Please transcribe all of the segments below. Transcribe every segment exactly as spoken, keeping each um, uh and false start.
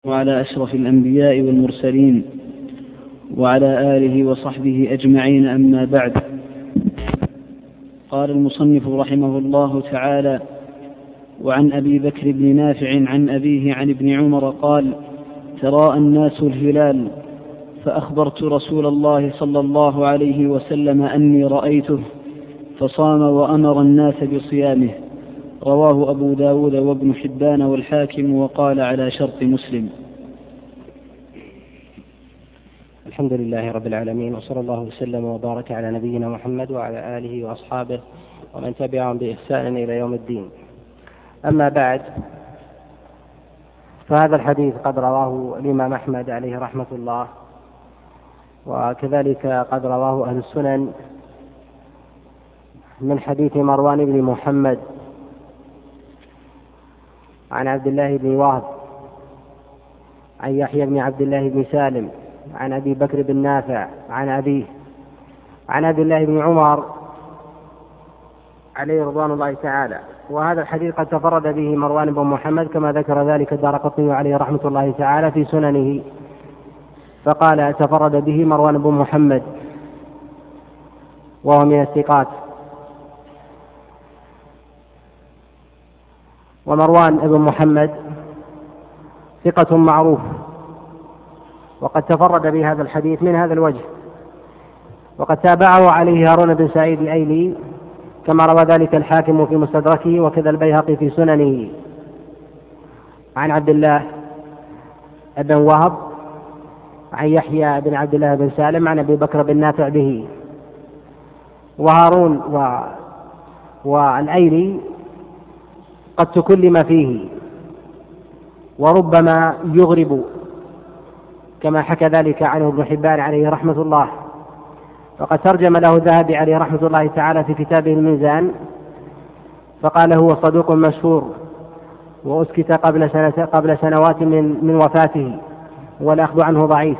وعلى أشرف الأنبياء والمرسلين وعلى آله وصحبه أجمعين، أما بعد. قال المصنف رحمه الله تعالى: وعن أبي بكر بن نافع عن أبيه عن ابن عمر قال: تراءى الناس الهلال فأخبرت رسول الله صلى الله عليه وسلم أني رأيته فصام وأمر الناس بصيامه. رواه أبو داود وابن حبان والحاكم وقال على شرط مسلم. الحمد لله رب العالمين، وصلى الله وسلم وبارك على نبينا محمد وعلى آله وأصحابه ومن تبعهم بإحسان إلى يوم الدين. أما بعد، فهذا الحديث قد رواه الإمام أحمد عليه رحمة الله، وكذلك قد رواه أهل السنن من حديث مروان بن محمد عن عبد الله بن وهب عن يحيى بن عبد الله بن سالم عن أبي بكر بن نافع عن أبيه عن عبد الله بن عمر عليه رضوان الله تعالى. وهذا الحديث قد تفرد به مروان بن محمد كما ذكر ذلك الدارقطني عليه رحمة الله تعالى في سننه، فقال تفرد به مروان بن محمد وهو من الثقات. ومروان بن محمد ثقة معروف، وقد تفرد بهذا الحديث من هذا الوجه، وقد تابعه عليه هارون بن سعيد الأيلي كما روى ذلك الحاكم في مستدركه وكذا البيهقي في سننه عن عبد الله بن وهب عن يحيى بن عبد الله بن سالم عن أبي بكر بن نافع به. وهارون و... والأيلي قد تكلم فيه وربما يغرب كما حكى ذلك عنه ابن حبان عليه رحمة الله، فقد ترجم له الذهبي عليه رحمة الله تعالى في كتابه الميزان فقال هو صدوق مشهور وأسكت قبل, سنة قبل سنوات من, من وفاته والأخذ عنه ضعيف.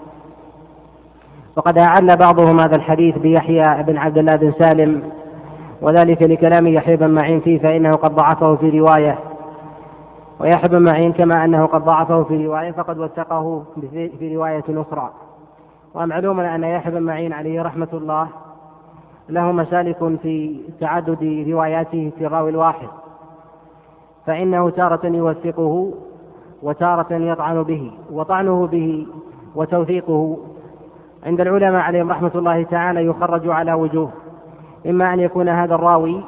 وقد أعل بعضهم هذا الحديث بيحيى بن عبد الله بن سالم، وذلك لكلام يحيى بن معين فيه، فإنه قد ضعفه في رواية، ويحيى بن معين كما أنه قد ضعفه في رواية فقد وثقه في رواية أخرى. ومعلوم أن يحيى بن معين عليه رحمة الله له مسالك في تعدد رواياته في الراوي الواحد، فإنه تارة يوثقه وتارة يطعن به، وطعنه به وتوثيقه عند العلماء عليهم رحمة الله تعالى يخرج على وجوه: إما أن يكون هذا الراوي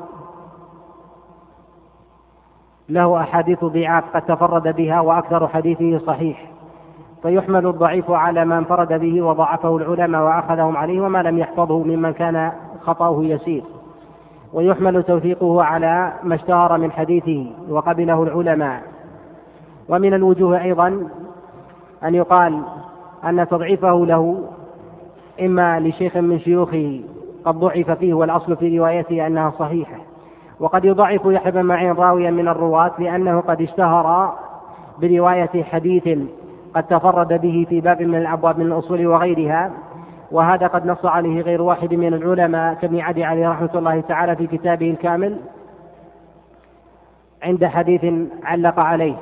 له أحاديث ضعاف قد تفرد بها وأكثر حديثه صحيح، فيحمل الضعيف على ما انفرد به وضعفه العلماء وأخذهم عليه وما لم يحفظه ممن كان خطأه يسير، ويحمل توثيقه على ما اشتهر من حديثه وقبله العلماء. ومن الوجوه أيضا أن يقال أن تضعيفه له إما لشيخ من شيوخه قد ضعف فيه والأصل في روايته أنها صحيحة، وقد يضعف يحيى بن معين راويا من الرواة لأنه قد اشتهر برواية حديث قد تفرد به في باب من الأبواب من الأصول وغيرها، وهذا قد نص عليه غير واحد من العلماء كابن عدي عليه رحمة الله تعالى في كتابه الكامل عند حديث علق عليه.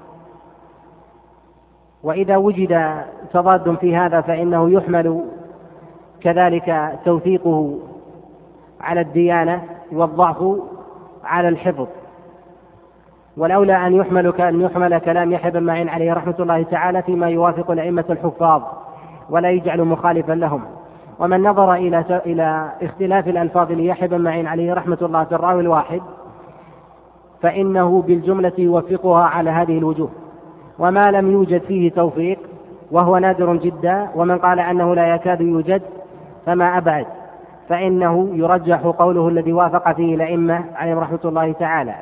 وإذا وجد تضاد في هذا فإنه يحمل كذلك توثيقه على الديانة والضعف على الحفظ، والأولى أن يحمل كأن يحمل كلام يحيى بن معين عليه رحمة الله تعالى فيما يوافق الأئمة الحفاظ ولا يجعل مخالفا لهم. ومن نظر إلى إلى اختلاف الألفاظ ليحيى بن معين عليه رحمة الله في الراوي الواحد فإنه بالجملة يوفقها على هذه الوجوه، وما لم يوجد فيه توفيق وهو نادر جدا، ومن قال أنه لا يكاد يوجد فما أبعد، فإنه يرجح قوله الذي وافق فيه الأئمة عليهم رحمة الله تعالى،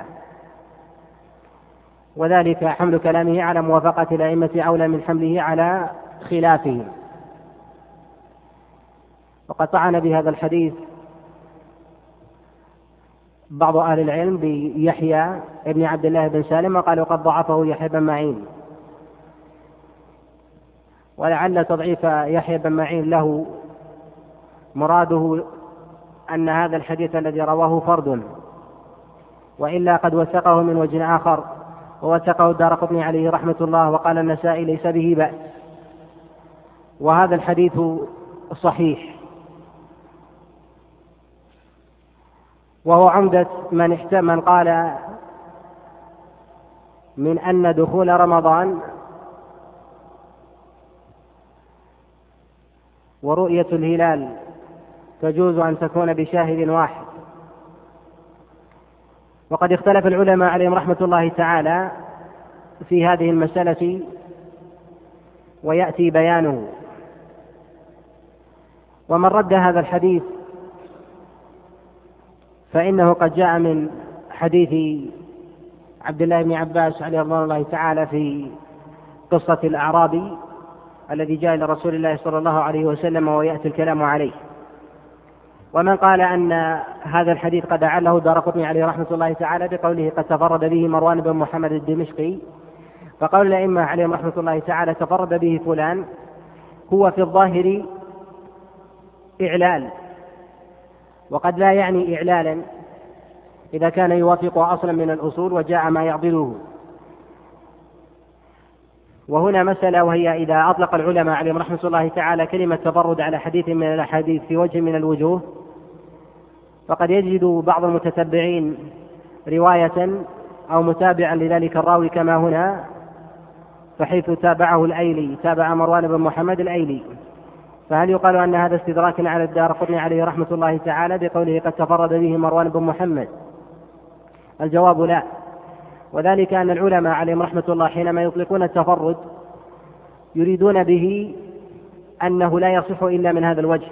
وذلك حمل كلامه على موافقة الأئمة أولى من حمله على خلافهم. وقد طعن بهذا الحديث بعض أهل العلم بيحيى ابن عبد الله بن سالم وقالوا قد ضعفه يحيى بن معين، ولعل تضعيف يحيى بن معين له مراده أن هذا الحديث الذي رواه فرد، وإلا قد وثقه من وجه آخر ووثقه الدارقطني عليه رحمة الله، وقال النسائي ليس به بأس. وهذا الحديث صحيح، وهو عمدة من من قال من أن دخول رمضان ورؤية الهلال تجوز أن تكون بشاهد واحد. وقد اختلف العلماء عليهم رحمة الله تعالى في هذه المسألة، ويأتي بيانه. ومن رد هذا الحديث فإنه قد جاء من حديث عبد الله بن عباس عليه رضوان الله تعالى في قصة الأعرابي الذي جاء إلى رسول الله صلى الله عليه وسلم ويأتي الكلام عليه. ومن قال أن هذا الحديث قد أعله الدارقطني عليه رحمة الله تعالى بقوله قد تفرد به مروان بن محمد الدمشقي، فقول الأئمة عليهم رحمة الله تعالى تفرد به فلان هو في الظاهر إعلال، وقد لا يعني إعلالا إذا كان يوافق أصلا من الأصول وجاء ما يعضله. وهنا مسألة، وهي إذا أطلق العلماء عليهم رحمة الله تعالى كلمة تفرد على حديث من الأحاديث في وجه من الوجوه، فقد يجد بعض المتتبعين رواية أو متابعا لذلك الراوي كما هنا، فحيث تابعه الأيلي، تابع مروان بن محمد الأيلي، فهل يقال أن هذا استدراك على الدارقطني عليه رحمة الله تعالى بقوله قد تفرد به مروان بن محمد؟ الجواب لا، وذلك أن العلماء عليهم رحمة الله حينما يطلقون التفرد يريدون به أنه لا يصح إلا من هذا الوجه،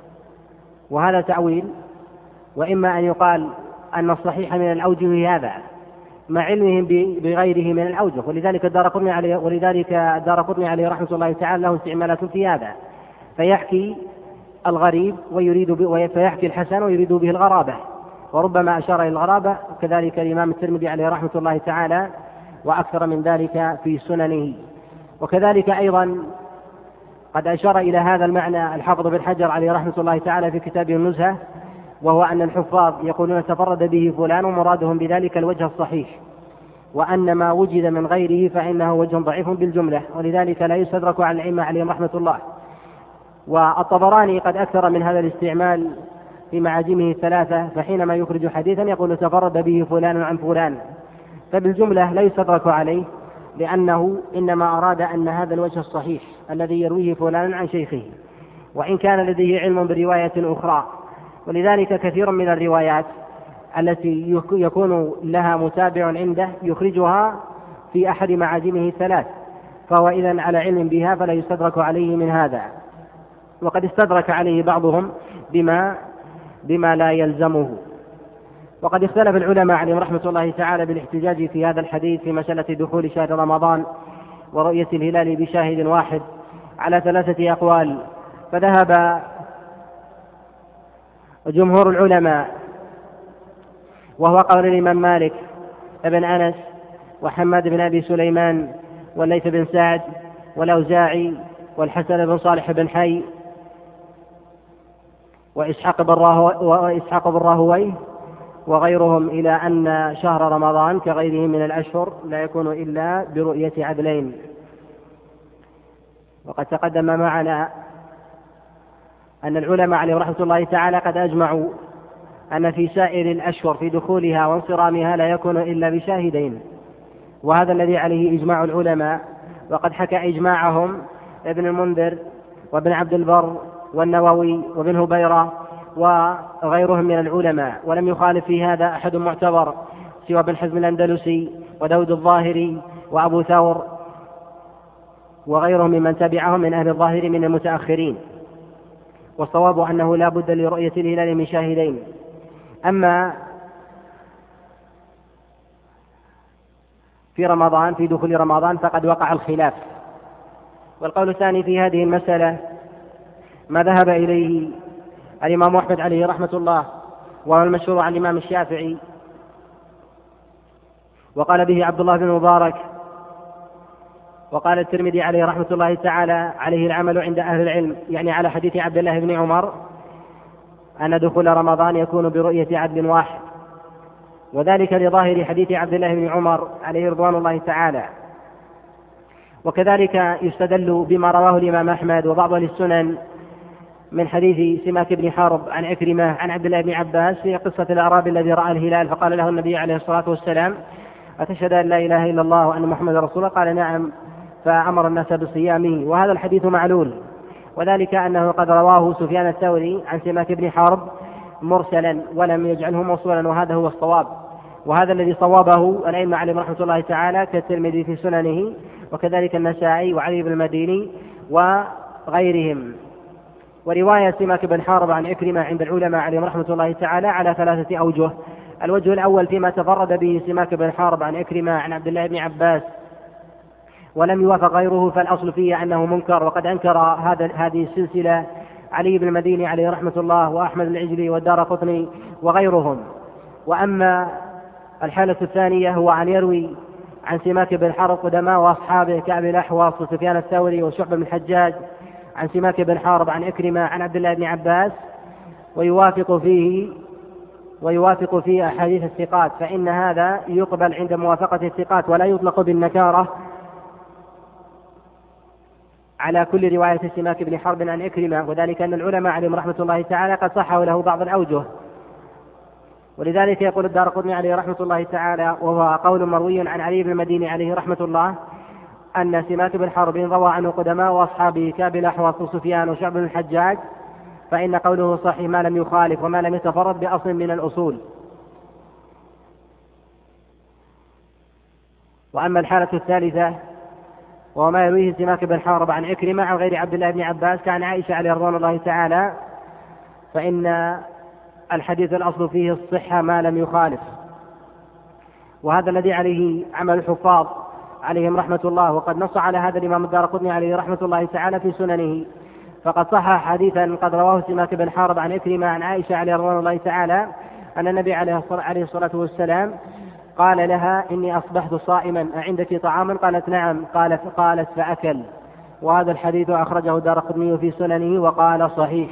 وهذا تأويل. وإما أن يقال أن الصحيح من الأوجه هذا مع علمهم بغيره من الأوجه، ولذلك الدارقطني عليه ولذلك الدارقطني عليه رحمة الله تعالى له استعمالات في هذا، فيحكي الغريب ويريد ب... فيحكي الحسن ويريد به الغرابة، وربما أشار إلى الغرابة، وكذلك الإمام الترمذي عليه رحمة الله تعالى وأكثر من ذلك في سننه. وكذلك أيضا قد أشار إلى هذا المعنى الحافظ بن حجر عليه رحمة الله تعالى في كتابه النزهة، وهو أن الحفاظ يقولون تفرد به فلان ومرادهم بذلك الوجه الصحيح، وأن ما وجد من غيره فإنه وجه ضعيف بالجملة، ولذلك لا يستدرك على الأئمة عليهم رحمة الله. والطبراني قد أكثر من هذا الاستعمال في معاجمه الثلاثة، فحينما يخرج حديثا يقول تفرد به فلان عن فلان، فبالجملة لا يستدرك عليه، لأنه إنما أراد أن هذا الوجه الصحيح الذي يرويه فلان عن شيخه، وإن كان لديه علم برواية أخرى. ولذلك كثير من الروايات التي يكون لها متابع عنده يخرجها في أحد معاجمه الثلاث، فهو إذن على علم بها فلا يستدرك عليه من هذا. وقد استدرك عليه بعضهم بما بما لا يلزمه. وقد اختلف العلماء عليهم رحمة الله تعالى بالاحتجاج في هذا الحديث في مسألة دخول شهر رمضان ورؤية الهلال بشاهد واحد على ثلاثة أقوال. فذهب جمهور العلماء، وهو قول الإمام مالك ابن أنس وحماد بن أبي سليمان والليث بن سعد والأوزاعي والحسن بن صالح بن حي وإسحاق بن وإسحاق بن راهويه وغيرهم، إلى أن شهر رمضان كغيره من الأشهر لا يكون إلا برؤية عدلين. وقد تقدم معنا أن العلماء عليهم رحمة الله تعالى قد أجمعوا أن في سائر الأشهر في دخولها وانصرامها لا يكون إلا بشاهدين، وهذا الذي عليه إجماع العلماء. وقد حكى إجماعهم ابن المنذر وابن عبد البر والنووي وابن هبيرة وغيرهم من العلماء، ولم يخالف في هذا أحد معتبر سوى ابن حزم الأندلسي وداود الظاهري وأبو ثور وغيرهم ممن تبعهم من أهل الظاهر من المتأخرين. والصواب أنه لا بد لرؤية الهلال من شاهدين. أما في رمضان في دخول رمضان فقد وقع الخلاف. والقول الثاني في هذه المسألة ما ذهب إليه الإمام أحمد عليه رحمة الله، وهو المشهور عن الإمام الشافعي، وقال به عبد الله بن مبارك، وقال الترمذي عليه رحمة الله تعالى عليه العمل عند أهل العلم، يعني على حديث عبد الله بن عمر أن دخول رمضان يكون برؤية عدل واحد. وذلك لظاهر حديث عبد الله بن عمر عليه رضوان الله تعالى. وكذلك يستدل بما رواه الإمام أحمد وبعض أهل السنن من حديث سماك بن حرب عن عكرمة عن عبد الله بن عباس في قصة الأعرابي الذي رأى الهلال فقال له النبي عليه الصلاة والسلام: أتشهد أن لا إله إلا الله وأن محمد رسول الله؟ قال: نعم. فأمر الناس بصيامه. وهذا الحديث معلول، وذلك أنه قد رواه سفيان الثوري عن سماك بن حرب مرسلا ولم يجعله موصولا، وهذا هو الصواب، وهذا الذي صوابه الأئمة عليهم رحمة الله تعالى كالترمذي في سننه، وكذلك النسائي وعلي بن المديني وغيرهم. ورواية سماك بن حرب عن عكرمة عند العلماء عليهم رحمة الله تعالى على ثلاثة أوجه. الوجه الأول فيما تفرد به سماك بن حرب عن عكرمة عن عبد الله بن عباس ولم يوافق غيره، فالأصل فيه أنه منكر، وقد أنكر هذا هذه السلسلة علي بن المديني عليه رحمة الله وأحمد العجلي والدارقطني وغيرهم. وأما الحالة الثانية هو أن يروي عن سماك بن حرب قدماء وأصحابه كأبي الأحوص وسفيان الثوري وشعبة بن الحجاج عن سماك بن حرب عن عكرمة عن عبد الله بن عباس، ويوافق فيه ويوافق فيه أحاديث الثقات، فإن هذا يقبل عند موافقة الثقات ولا يطلق بالنكارة على كل رواية سماك بن حرب عن عكرمة، وذلك أن العلماء عليهم رحمة الله تعالى قد صحوا له بعض الأوجه. ولذلك يقول الدارقطني عليه رحمة الله تعالى، وهو قول مروي عن علي بن المديني عليه رحمة الله، أن سماك بن حرب روى عنه قدماء وأصحابه كأبي الأحوص وسفيان وشعب بن الحجاج، فإن قوله صحيح ما لم يخالف وما لم يتفرد بأصل من الأصول. وأما الحالة الثالثة وهو ما يرويه سماك بن حرب عن عكرمة عن غير عبد الله بن عباس كان عائشة عليه رضوان الله تعالى، فإن الحديث الأصل فيه الصحة ما لم يخالف، وهذا الذي عليه عمل الحفاظ عليهم رحمة الله. وقد نص على هذا الإمام الدارقطني عليه رحمة الله تعالى في سننه، فقد صح حديثا قد رواه سماك بن حرب عن عكرمة عن عائشة عليه رضوان الله تعالى أن النبي عليه الصلاة والسلام قال لها: إني أصبحت صائما أعندك طعاما؟ قالت: نعم. قال قالت فأكل. وهذا الحديث أخرجه الدارقطني في سننه وقال صحيح.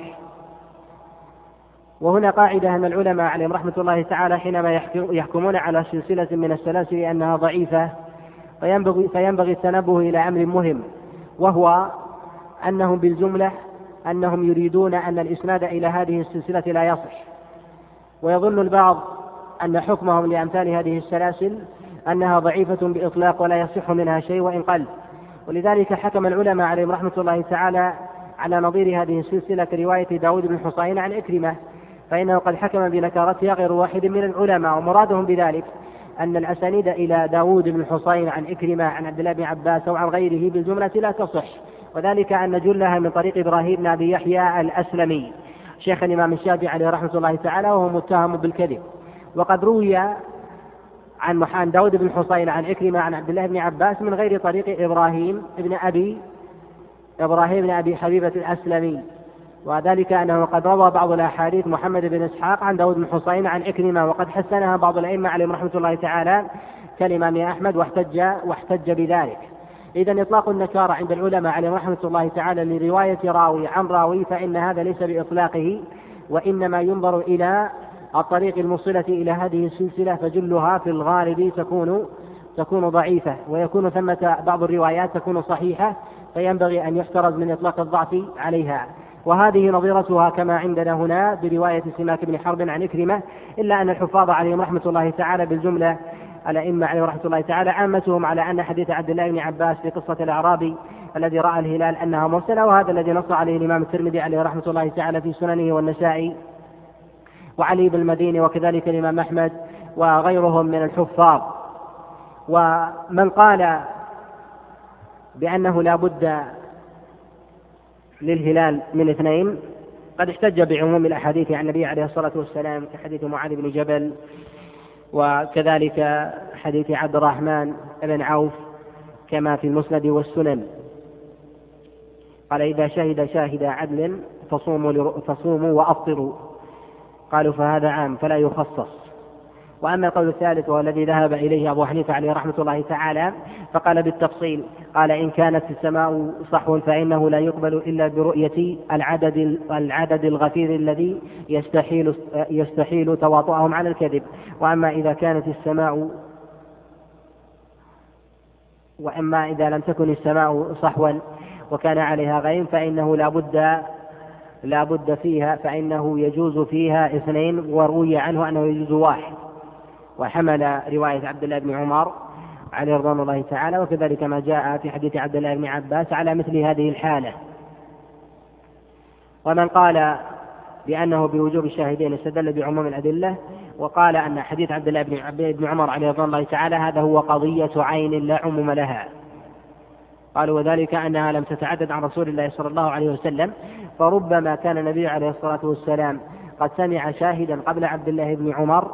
وهنا قاعدة أن العلماء عليهم رحمة الله تعالى حينما يحكمون على سلسلة من السلاسل أنها ضعيفة فينبغي, فينبغي التنبه إلى أمر مهم، وهو أنهم بالجملة أنهم يريدون أن الإسناد إلى هذه السلسلة لا يصح، ويظن البعض أن حكمهم لأمثال هذه السلاسل أنها ضعيفة بإطلاق ولا يصح منها شيء وإن قل. ولذلك حكم العلماء عليهم رحمة الله تعالى على نظير هذه السلسلة كرواية داود بن حصين عن عكرمة، فإنه قد حكم بنكارتها غير واحد من العلماء، ومرادهم بذلك أن الأسانيد إلى داود بن حصين عن عكرمة عن عبد الله بن عباس أو عن غيره بالجملة لا تصح، وذلك أن جلها من طريق إبراهيم بن أبي يحيى الأسلمي شيخ الإمام الشافعي عليه رحمة الله تعالى، وهو متهم بالكذب. وقد روي عن محان داود بن حصين عن عكرمة عن عبد الله بن عباس من غير طريق إبراهيم بن أبي إبراهيم بن أبي حبيبة الأسلمي، وذلك أنه قد روى بعض الأحاديث محمد بن إسحاق عن داود بن حصين عن عكرمة، وقد حسنها بعض الأئمة عليهم رحمة الله تعالى كالإمام أحمد واحتج واحتج بذلك. إذن إطلاق النكارة عند العلماء عليهم رحمة الله تعالى لرواية راوي عن راوي فإن هذا ليس بإطلاقه، وإنما ينظر إلى الطريق الموصلة إلى هذه السلسلة، فجلها في الغالب تكون تكون ضعيفة، ويكون ثمة بعض الروايات تكون صحيحة، فينبغي أن يحترز من إطلاق الضعف عليها. وهذه نظيرتها كما عندنا هنا برواية سماك بن حرب عن عكرمة، إلا أن الحفاظ عليهم رحمة الله تعالى بالجملة الأئمة عليهم رحمة الله تعالى عامتهم على أن حديث عبد الله بن عباس في قصة الأعرابي الذي رأى الهلال أنها مرسلة، وهذا الذي نص عليه الإمام الترمذي عليه رحمة الله تعالى في سننه والنسائي وعلي بن المديني وكذلك الإمام أحمد وغيرهم من الحفاظ. ومن قال بأنه لا بد للهلال من اثنين قد احتج بعموم الأحاديث عن النبي عليه الصلاة والسلام كحديث معاذ بن جبل، وكذلك حديث عبد الرحمن بن عوف كما في المسند والسنن. قال: إذا شهد شاهد عدل فصوموا, فصوموا وأفطروا. قالوا: فهذا عام فلا يخصص. وأما القول الثالث وهو الذي ذهب إليه أبو حنيفة عليه رحمة الله تعالى فقال بالتفصيل، قال إن كانت السماء صحو فإنه لا يقبل إلا برؤية العدد العدد الغفير الذي يستحيل يستحيل تواطؤهم على الكذب. وأما إذا كانت السماء وأما إذا لم تكن السماء صحوا وكان عليها غيم فإنه لا بد لا بد فيها فإنه يجوز فيها اثنين، وروي عنه أنه يجوز واحد. وحمل رواية عبد الله بن عمر عليه رضوان الله تعالى وكذلك ما جاء في حديث عبد الله بن عباس على مثل هذه الحالة. ومن قال بأنه بوجوب الشاهدين استدل بعموم الأدلة، وقال أن حديث عبد الله بن عمر عليه رضوان الله تعالى هذا هو قضية عين لا عموم لها. قالوا وذلك أنها لم تتعدد عن رسول الله صلى الله عليه وسلم، فربما كان النبي عليه الصلاة والسلام قد سمع شاهدا قبل عبد الله بن عمر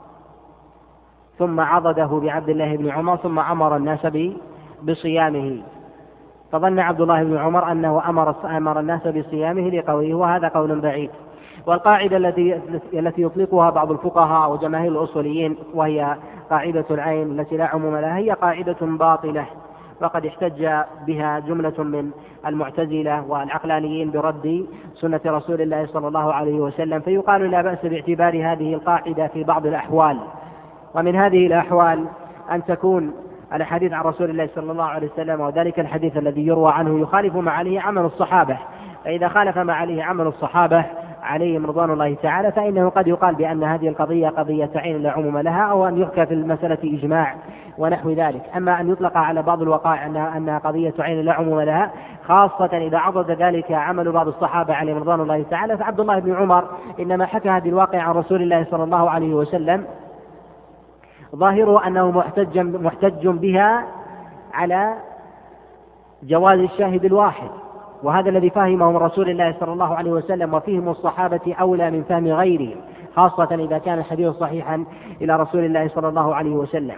ثم عضده بعبد الله بن عمر ثم أمر الناس بصيامه، فظن عبد الله بن عمر أنه أمر, أمر الناس بصيامه لقوله، وهذا قول بعيد. والقاعدة التي التي يطلقها بعض الفقهاء وجماهير الأصوليين وهي قاعدة العين التي لا عموم لها هي قاعدة باطلة، وقد احتج بها جملة من المعتزلة والعقلانيين برد سنة رسول الله صلى الله عليه وسلم، فيقال لا بأس باعتبار هذه القاعدة في بعض الأحوال. ومن هذه الأحوال أن تكون الحديث عن رسول الله صلى الله عليه وسلم وذلك الحديث الذي يروى عنه يخالف ما عليه عمل الصحابة، فإذا خالف ما عليه عمل الصحابة عليهم رضوان الله تعالى فإنه قد يقال بأن هذه القضية قضية عين لا عموم لها، أو أن يحكى في المسألة إجماع ونحو ذلك. أما أن يطلق على بعض الوقائع أنها, أنها قضية عين لا عموم لها، خاصة إذا عضد ذلك عمل بعض الصحابة عليهم رضوان الله تعالى، فعبد الله بن عمر إنما حكى هذه الواقع عن رسول الله صلى الله عليه وسلم ظاهره أنه محتج, محتج بها على جواز الشاهد الواحد، وهذا الذي فهمه من رسول الله صلى الله عليه وسلم، وفهم الصحابة أولى من فهم غيرهم، خاصة إذا كان الحديث صحيحا إلى رسول الله صلى الله عليه وسلم.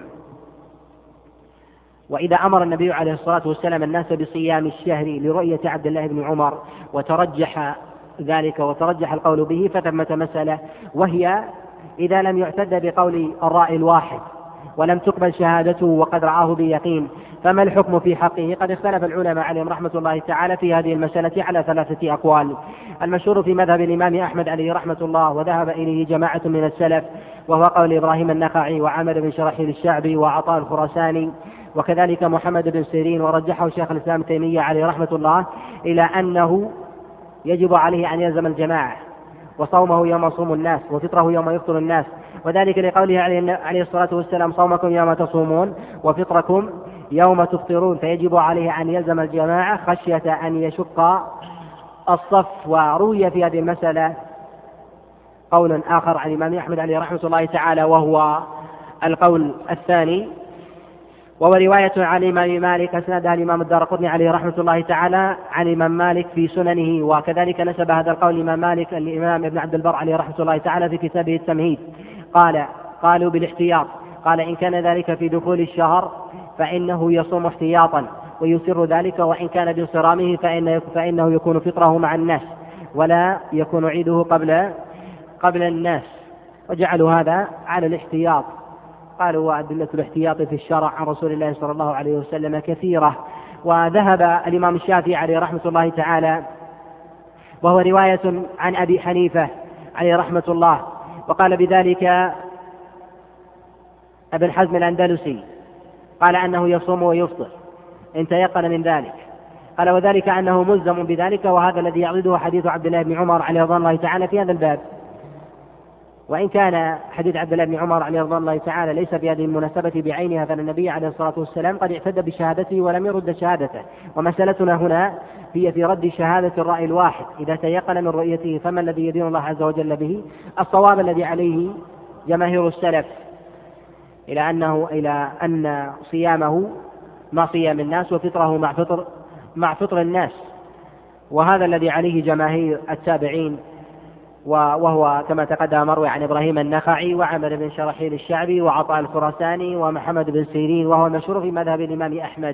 وإذا أمر النبي عليه الصلاة والسلام الناس بصيام الشهر لرؤية عبد الله بن عمر وترجح ذلك وترجح القول به، فثمة مسألة، وهي إذا لم يعتد بقول الرائي الواحد ولم تقبل شهادته وقد رآه بيقين، فما الحكم في حقه؟ قد اختلف العلماء عليهم رحمة الله تعالى في هذه المسألة على ثلاثة أقوال. المشهور في مذهب الإمام أحمد عليه رحمة الله وذهب إليه جماعة من السلف، وهو قول إبراهيم النخعي وعمر بن شرحيل الشعبي وعطاء الخراساني وكذلك محمد بن سيرين، ورجحه شيخ الإسلام تيمية عليه رحمة الله إلى أنه يجب عليه أن يلزم الجماعة، وصومه يوم يصوم الناس وفطره يوم يفطر الناس، وذلك لقوله عليه الصلاة والسلام صومكم يوم تصومون وفطركم يوم تفطرون، فيجب عليه أن يلزم الجماعة خشية أن يشق الصف. وروي في هذه المسألة قول آخر عن الإمام أحمد عليه رحمة الله تعالى وهو القول الثاني، وهو رواية عن الإمام مالك أسندها الإمام الدارقطني عليه رحمة الله تعالى عن الإمام مالك في سننه، وكذلك نسب هذا القول الإمام مالك الإمام ابن عبد البر عليه رحمة الله تعالى في كتابه التمهيد. قال قالوا بالاحتياط، قال إن كان ذلك في دخول الشهر فإنه يصوم احتياطا ويسر ذلك، وإن كان بانصرامه فإن فإنه يكون فطره مع الناس ولا يكون عيده قبل قبل الناس، وجعلوا هذا على الاحتياط. قالوا وأدلة الاحتياط في الشرع عن رسول الله صلى الله عليه وسلم كثيرة. وذهب الإمام الشافعي عليه رحمة الله تعالى وهو رواية عن أبي حنيفة عليه رحمة الله، وقال بذلك ابن حزم الأندلسي، قال أنه يصوم ويفطر إن تيقن من ذلك، قال وذلك أنه ملزم بذلك، وهذا الذي يعرضه حديث عبد الله بن عمر عليه رضوان الله تعالى في هذا الباب. وإن كان حديث عبد الله بن عمر عليه رضوان الله تعالى ليس في هذه المناسبة بعينها، فإن النبي عليه الصلاة والسلام قد اعتد بشهادته ولم يرد شهادته، ومسألتنا هنا هي في رد شهادة الرأي الواحد إذا تيقن من رؤيته، فما الذي يدين الله عز وجل به؟ الصواب الذي عليه جماهير السلف إلى أنه إلى أن صيامه مع صيام الناس وفطره مع فطر مع فطر الناس، وهذا الذي عليه جماهير التابعين، وهو كما تقدم مروي عن إبراهيم النخعي وعمر بن شرحيل الشعبي وعطاء الخراساني ومحمد بن سيرين، وهو مشهور في مذهب الإمام أحمد.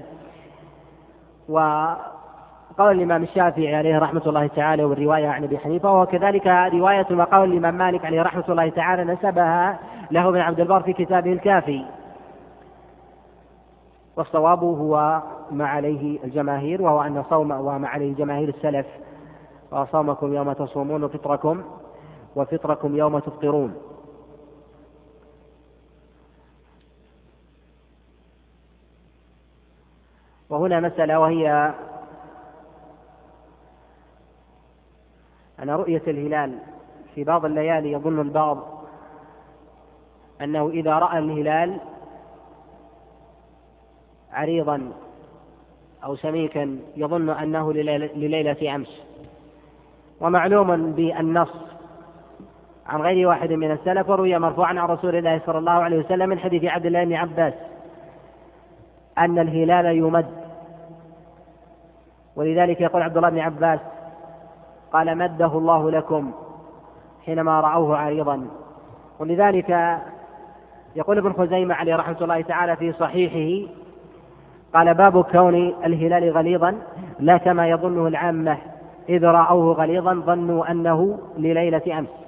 وقول الإمام الشافعي عليه رحمة الله تعالى والرواية عن أبي حنيفة، وكذلك رواية وقول الإمام مالك عليه رحمة الله تعالى نسبها له ابن عبد البر في كتابه الكافي. والصواب هو ما عليه الجماهير، وهو أن صوم وما عليه جماهير السلف، وصومكم يوم تصومون وفطركم وفطركم يوم تفطرون. وهنا مسألة، وهي أن رؤية الهلال في بعض الليالي يظن البعض أنه إذا رأى الهلال عريضا أو سميكا يظن أنه لليلة أمس. ومعلوم بالنص عن غير واحد من السلف، وروي مرفوعا عن رسول الله صلى الله عليه وسلم من حديث عبد الله بن عباس أن الهلال يمد. ولذلك يقول عبد الله بن عباس قال مده الله لكم حينما رأوه عريضا. ولذلك يقول ابن خزيمة عليه رحمة الله تعالى في صحيحه قال باب كون الهلال غليظا لا كما يظنه العامة إذ رأوه غليظا ظنوا أنه لليلة أمس.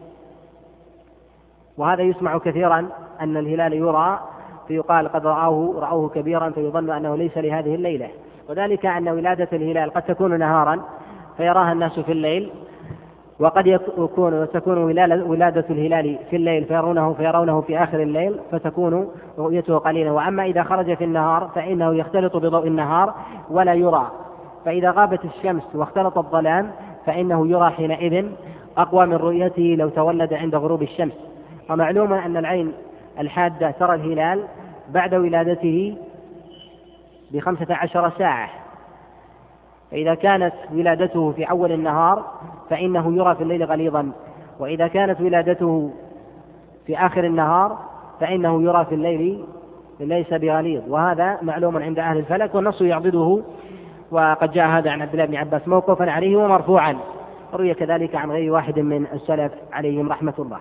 وهذا يسمع كثيرا أن الهلال يرى فيقال قد رأوه رأوه كبيرا فيظن أنه ليس لهذه الليلة. وذلك أن ولادة الهلال قد تكون نهارا فيراها الناس في الليل، وقد يكون تكون ولادة الهلال في الليل فيرونه فيرونه في آخر الليل فتكون رؤيته قليلا. وأما إذا خرج في النهار فإنه يختلط بضوء النهار ولا يرى، فإذا غابت الشمس واختلط الظلام فإنه يرى حينئذ أقوى من رؤيته لو تولد عند غروب الشمس. ومعلوم أن العين الحادة ترى الهلال بعد ولادته بخمسة عشر ساعة، فإذا كانت ولادته في أول النهار فإنه يرى في الليل غليظا، وإذا كانت ولادته في آخر النهار فإنه يرى في الليل ليس بغليظ. وهذا معلوم عند أهل الفلك، والنص يعضده. وقد جاء هذا عن عبد الله بن عباس موقوفا عليه ومرفوعا، روي كذلك عن غير واحد من السلف عليهم رحمة الله.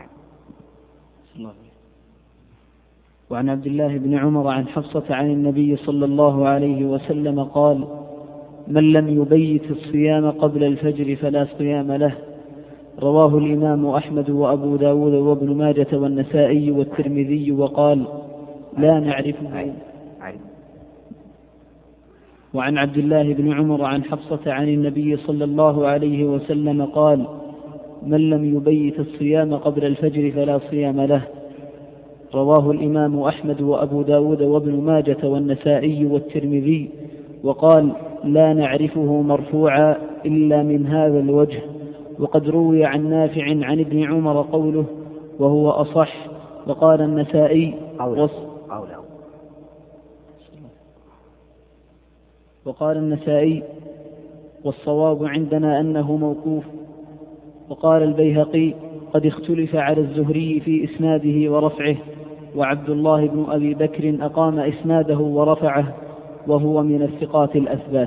وعن عبد الله بن عمر عن حفصة عن النبي صلى الله عليه وسلم قال من لم يبيت الصيام قبل الفجر فلا صيام له. رواه الإمام أحمد وأبو داود وابن ماجة والنسائي والترمذي وقال لا نعرفه. وعن عبد الله بن عمر عن حفصة عن النبي صلى الله عليه وسلم قال من لم يبيت الصيام قبل الفجر فلا صيام له. رواه الإمام أحمد وأبو داود وابن ماجة والنسائي والترمذي وقال لا نعرفه مرفوعا إلا من هذا الوجه. وقد روي عن نافع عن ابن عمر قوله وهو أصح. وقال النسائي قوله وقال النسائي والصواب عندنا أنه موقوف. وقال البيهقي قد اختلف على الزهري في إسناده ورفعه، وعبد الله بن أبي بكر أقام إسناده ورفعه وهو من الثقات الأثبات.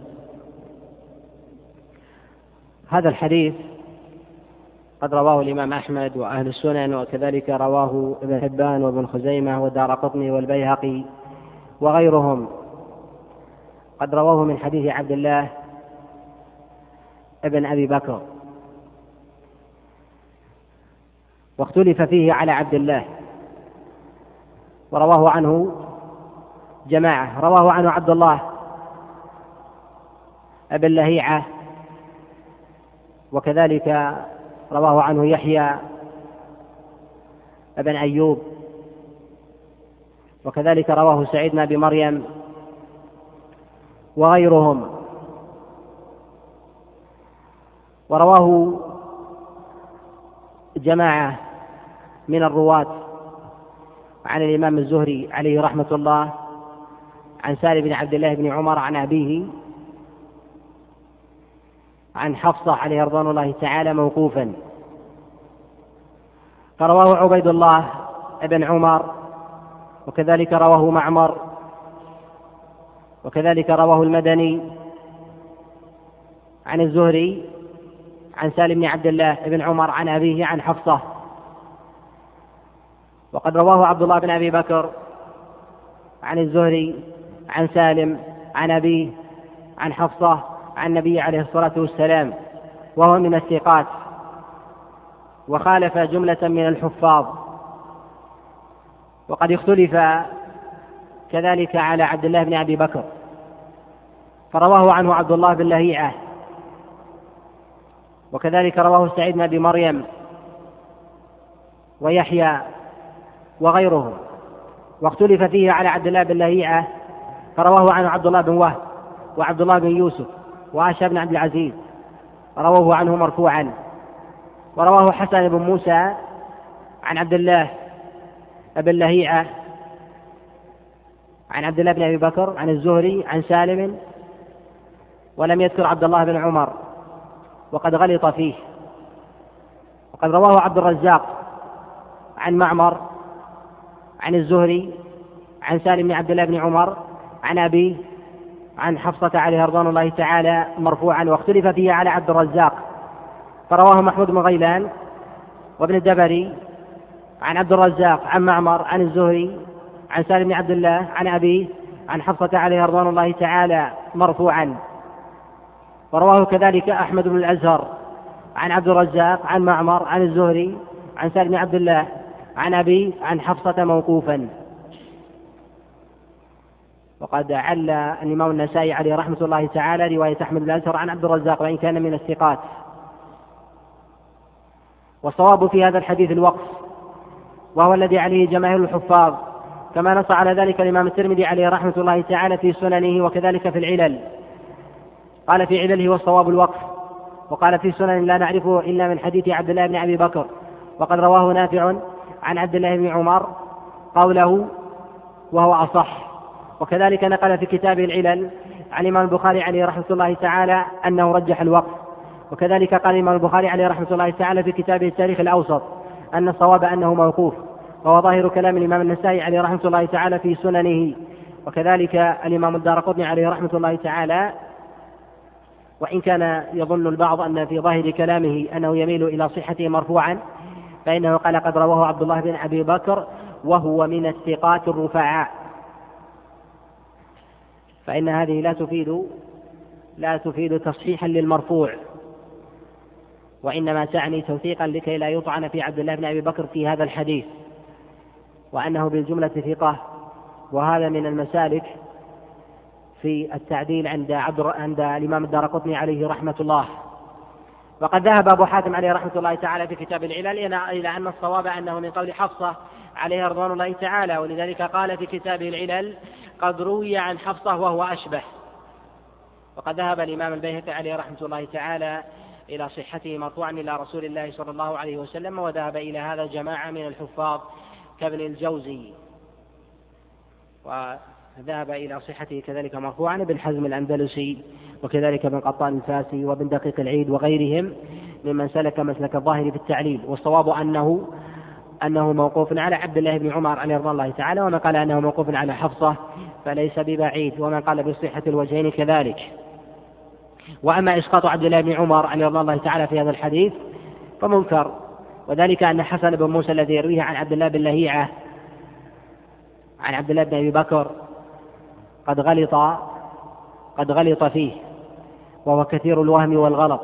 هذا الحديث قد رواه الإمام أحمد وأهل السنن، وكذلك رواه ابن حبان وابن خزيمة والدارقطني والبيهقي وغيرهم. قد رواه من حديث عبد الله ابن أبي بكر، واختلف فيه على عبد الله، ورواه عنه جماعة. رواه عنه عبد الله ابن لهيعة، وكذلك رواه عنه يحيى ابن أيوب، وكذلك رواه سعيد بن أبي مريم وغيرهم. ورواه جماعة من الرواة عن الإمام الزهري عليه رحمة الله عن سالم بن عبد الله بن عمر عن أبيه عن حفصة عليه رضوان الله تعالى موقوفا. فرواه عبيد الله بن عمر، وكذلك رواه معمر، وكذلك رواه المدني عن الزهري عن سالم بن عبد الله بن عمر عن أبيه عن حفصة. وقد رواه عبد الله بن أبي بكر عن الزهري عن سالم عن أبيه عن حفصة عن النبي عليه الصلاة والسلام، وهو من الثقات، وخالف جملة من الحفاظ وقد اختلف كذلك على عبد الله بن أبي بكر، فرواه عنه عبد الله بن لهيعة، وكذلك رواه سعيد بن أبي مريم ويحيى وغيرهم. واختلف فيه على عبد الله بن لهيعة، فرواه عنه عبد الله بن وهب وعبد الله بن يوسف وعائشة بن عبد العزيز، رواه عنه مرفوعا. ورواه حسن بن موسى عن عبد الله بن لهيعة عن عبد الله بن أبي بكر عن الزهري عن سالم، ولم يذكر عبد الله بن عمر وقد غلط فيه. وقد رواه عبد الرزاق عن معمر عن الزهري عن سالم بن عبد الله بن عمر عن أبيه عن حفصة عليها رضوان الله تعالى مرفوعا، واختلف فيه على عبد الرزاق، فرواه محمود بن غيلان وابن الدبري عن عبد الرزاق عن معمر عن الزهري عن سالم بن عبد الله عن أبيه عن حفصة عليها رضوان الله تعالى مرفوعا. ورواه كذلك أحمد بن الأزهر عن عبد الرزاق عن معمر عن الزهري عن سالم بن عبد الله عن أبيه عن حفصة موقوفا. وقد عل الإمام النسائي عليه رحمة الله تعالى رواية أحمد بن الأزهر عن عبد الرزاق وإن كان من الثقات. والصواب في هذا الحديث الوقف، وهو الذي عليه جماهير الحفاظ، كما نص على ذلك الإمام الترمذي عليه رحمة الله تعالى في سننه وكذلك في العلل. قال في علله والصواب الوقف، وقال في سنن لا نعرفه إلا من حديث عبد الله بن أبي بكر، وقد رواه نافع عن عبد الله بن عمر قوله وهو أصح. وكذلك نقل في كتابه العلل عن الإمام البخاري عليه رحمة الله تعالى أنه رجح الوقف. وكذلك قال الإمام البخاري عليه رحمة الله تعالى في كتابه التاريخ الأوسط أن الصواب أنه موقوف، وهو ظاهر كلام الإمام النسائي عليه رحمة الله تعالى في سننه. وكذلك الإمام الدارقطني عليه رحمة الله تعالى، وإن كان يظن البعض أن في ظاهر كلامه أنه يميل إلى صحته مرفوعا، فإنه قال قد رواه عبد الله بن أبي بكر وهو من الثقات الرفعاء، فإن هذه لا تفيد لا تفيد تصحيحا للمرفوع، وإنما تعني توثيقا لكي لا يطعن في عبد الله بن أبي بكر في هذا الحديث، وأنه بالجملة ثقة. وهذا من المسالك في التعديل عند عبد عند الإمام الدارقطني عليه رحمة الله. وقد ذهب أبو حاتم عليه رحمة الله تعالى في كتاب العلل إلى أن الصواب أنه من قول حفصة عليها رضوان الله تعالى، ولذلك قال في كتابه العلل قد روي عن حفصة وهو أشبه. وقد ذهب الإمام البيهقي عليه رحمة الله تعالى إلى صحته مرفوعا إلى رسول الله صلى الله عليه وسلم، وذهب إلى هذا جماعة من الحفاظ كابن الجوزي، وذهب إلى صحته كذلك مرفوعا ابن حزم الأندلسي وكذلك ابن قطان الفاسي وابن دقيق العيد وغيرهم ممن سلك مسلك الظاهر في التعليل. والصواب أنه أنه موقوف على عبد الله بن عمر عليه رضي الله تعالى، ومن قال أنه موقوف على حفصة فليس ببعيد، ومن قال بصحة الوجهين كذلك. وأما إسقاط عبد الله بن عمر عليه رضي الله تعالى في هذا الحديث فمنكر، وذلك أن حسن بن موسى الذي يرويه عن عبد الله بن لهيعة عن عبد الله بن أبي بكر قد غلط قد غلط فيه، وهو كثير الوهم والغلط.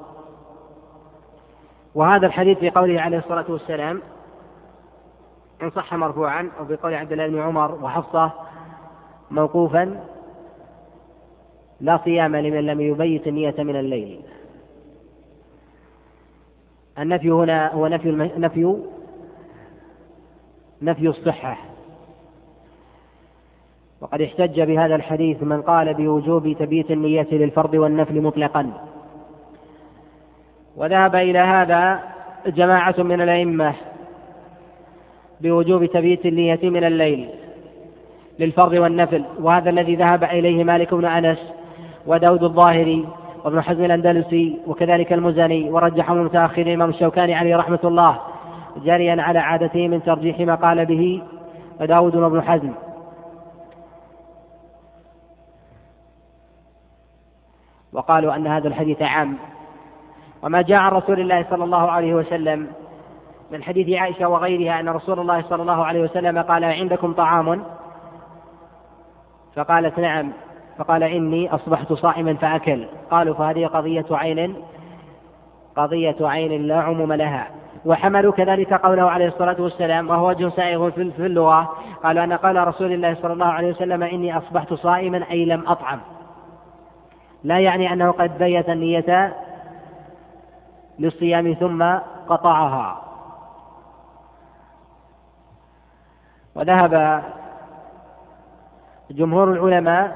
وهذا الحديث في قوله عليه الصلاة والسلام إن صح مرفوعا، وفي قول عبد الله بن عمر وحفصة موقوفا لا صيام لمن لم يبيت النية من الليل. النفي هنا هو نفي نفي نفي الصحة. وقد احتج بهذا الحديث من قال بوجوب تبييت النية للفرض والنفل مطلقا، وذهب إلى هذا جماعة من الأئمة بوجوب تبييت النية من الليل للفرض والنفل، وهذا الذي ذهب إليه مالك بن أنس وداود الظاهري وابن حزم الأندلسي وكذلك المزني، ورجحه المتأخر الإمام الشوكاني عليه رحمة الله جاريا على عادته من ترجيح ما قال به داود وابن حزم. وقالوا أن هذا الحديث عام، وما جاء عن رسول الله صلى الله عليه وسلم من حديث عائشة وغيرها أن رسول الله صلى الله عليه وسلم قال عندكم طعام؟ فقالت نعم، فقال إني أصبحت صائما فأكل. قالوا فهذه قضية عين قضية عين لا عموم لها، وحملوا كذلك قوله عليه الصلاة والسلام وهو وجه سائغ في اللغة، قالوا أن قال رسول الله صلى الله عليه وسلم إني أصبحت صائما أي لم أطعم، لا يعني أنه قد بيت النية للصيام ثم قطعها. وذهب جمهور العلماء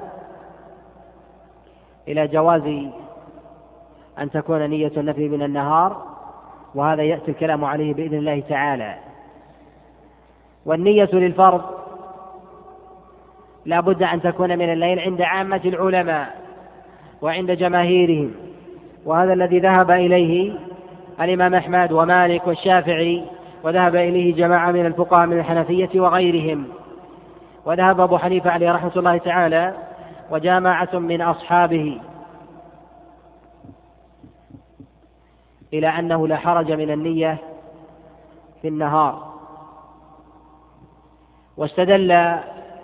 إلى جواز أن تكون نية النفل من النهار، وهذا يأتي الكلام عليه بإذن الله تعالى. والنية للفرض لا بد أن تكون من الليل عند عامة العلماء وعند جماهيرهم، وهذا الذي ذهب إليه الإمام أحمد ومالك والشافعي، وذهب إليه جماعة من الفقهاء من الحنفية وغيرهم، وذهب أبو حنيفة عليه رحمة الله تعالى وجماعة من أصحابه إلى أنه لا حرج من النية في النهار. واستدل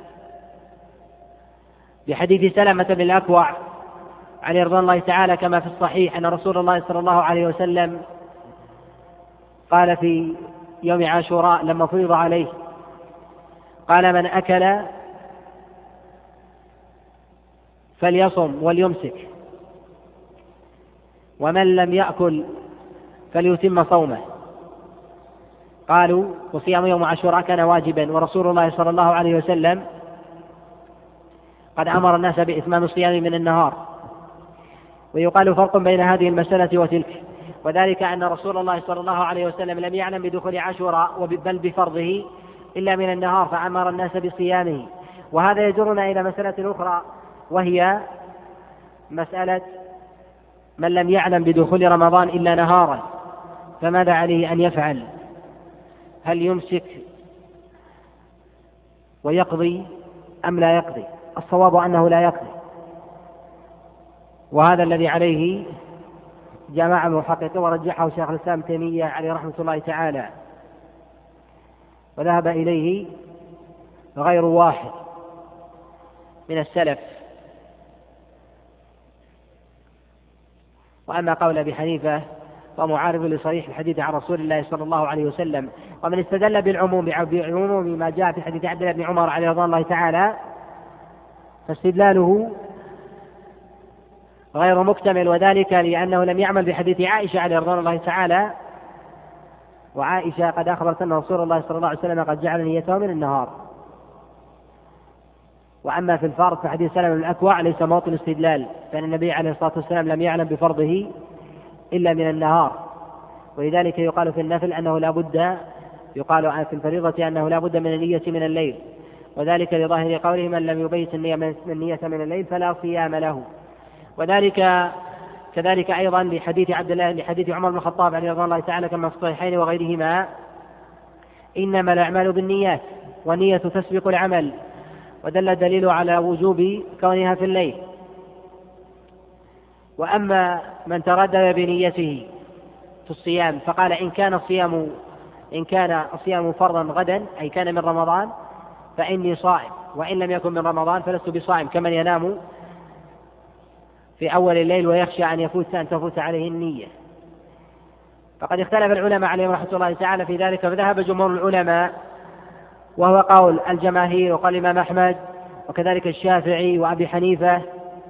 بحديث سلمة بن الأكوع عليه رضوان الله تعالى كما في الصحيح أن رسول الله صلى الله عليه وسلم قال في يوم عاشوراء لما فرض عليه، قال من أكل فليصم وليمسك، ومن لم يأكل فليتم صومه. قالوا وصيام يوم عاشوراء كان واجبا، ورسول الله صلى الله عليه وسلم قد أمر الناس بإتمام الصيام من النهار. ويقال فرق بين هذه المسألة وتلك، وذلك أن رسول الله صلى الله عليه وسلم لم يعلم بدخول عاشوراء بل بفرضه إلا من النهار فأمر الناس بصيامه. وهذا يجرنا إلى مسألة أخرى، وهي مسألة من لم يعلم بدخول رمضان إلا نهارا فماذا عليه أن يفعل؟ هل يمسك ويقضي أم لا يقضي؟ الصواب أنه لا يقضي، وهذا الذي عليه جماعة من المحققين ورجحه شيخ الإسلام تيمية عليه رحمة الله تعالى، وذهب إليه غير واحد من السلف. وأما قول أبي حنيفة فمعارض لصريح الحديث عن رسول الله صلى الله عليه وسلم. ومن استدل بالعموم بعموم ما جاء في حديث عبد الله بن عمر عليه رضوان الله تعالى فاستدلاله غير مكتمل، وذلك لأنه لم يعمل بحديث عائشة عليه رضوان الله تعالى، وعائشة قد أخبرت أن رسول الله صلى الله عليه وسلم قد جعل نيته من النهار. وأما في الفرض فحديث سلمة بن الأكوع ليس موطن استدلال، فإن النبي عليه الصلاة والسلام لم يعلم بفرضه إلا من النهار، ولذلك يقال في النفل أنه لا بد، يقال في الفريضة أنه لا بد من النية من الليل، وذلك لظاهر قوله من لم يبيت النية من الليل فلا صيام له. وذلك كذلك أيضا لحديث عبد الله لحديث عمر بن الخطاب عليه رضي الله تعالى كما في الصحيحين وغيرهما إنما الأعمال بالنيات والنية تسبق العمل، ودل الدليل على وجوب كونها في الليل. وأما من تردد بنيته في الصيام فقال إن كان الصيام إن كان الصيام فرضا غدا أي كان من رمضان فإني صائم، وإن لم يكن من رمضان فلست بصائم، كمن ينام في أول الليل ويخشى أن يفوت أن تفوت عليه النية. فقد اختلف العلماء عليهم رحمة الله تعالى في ذلك، فذهب جمهور العلماء وهو قول الجماهير وقال الإمام أحمد وكذلك الشافعي وأبي حنيفة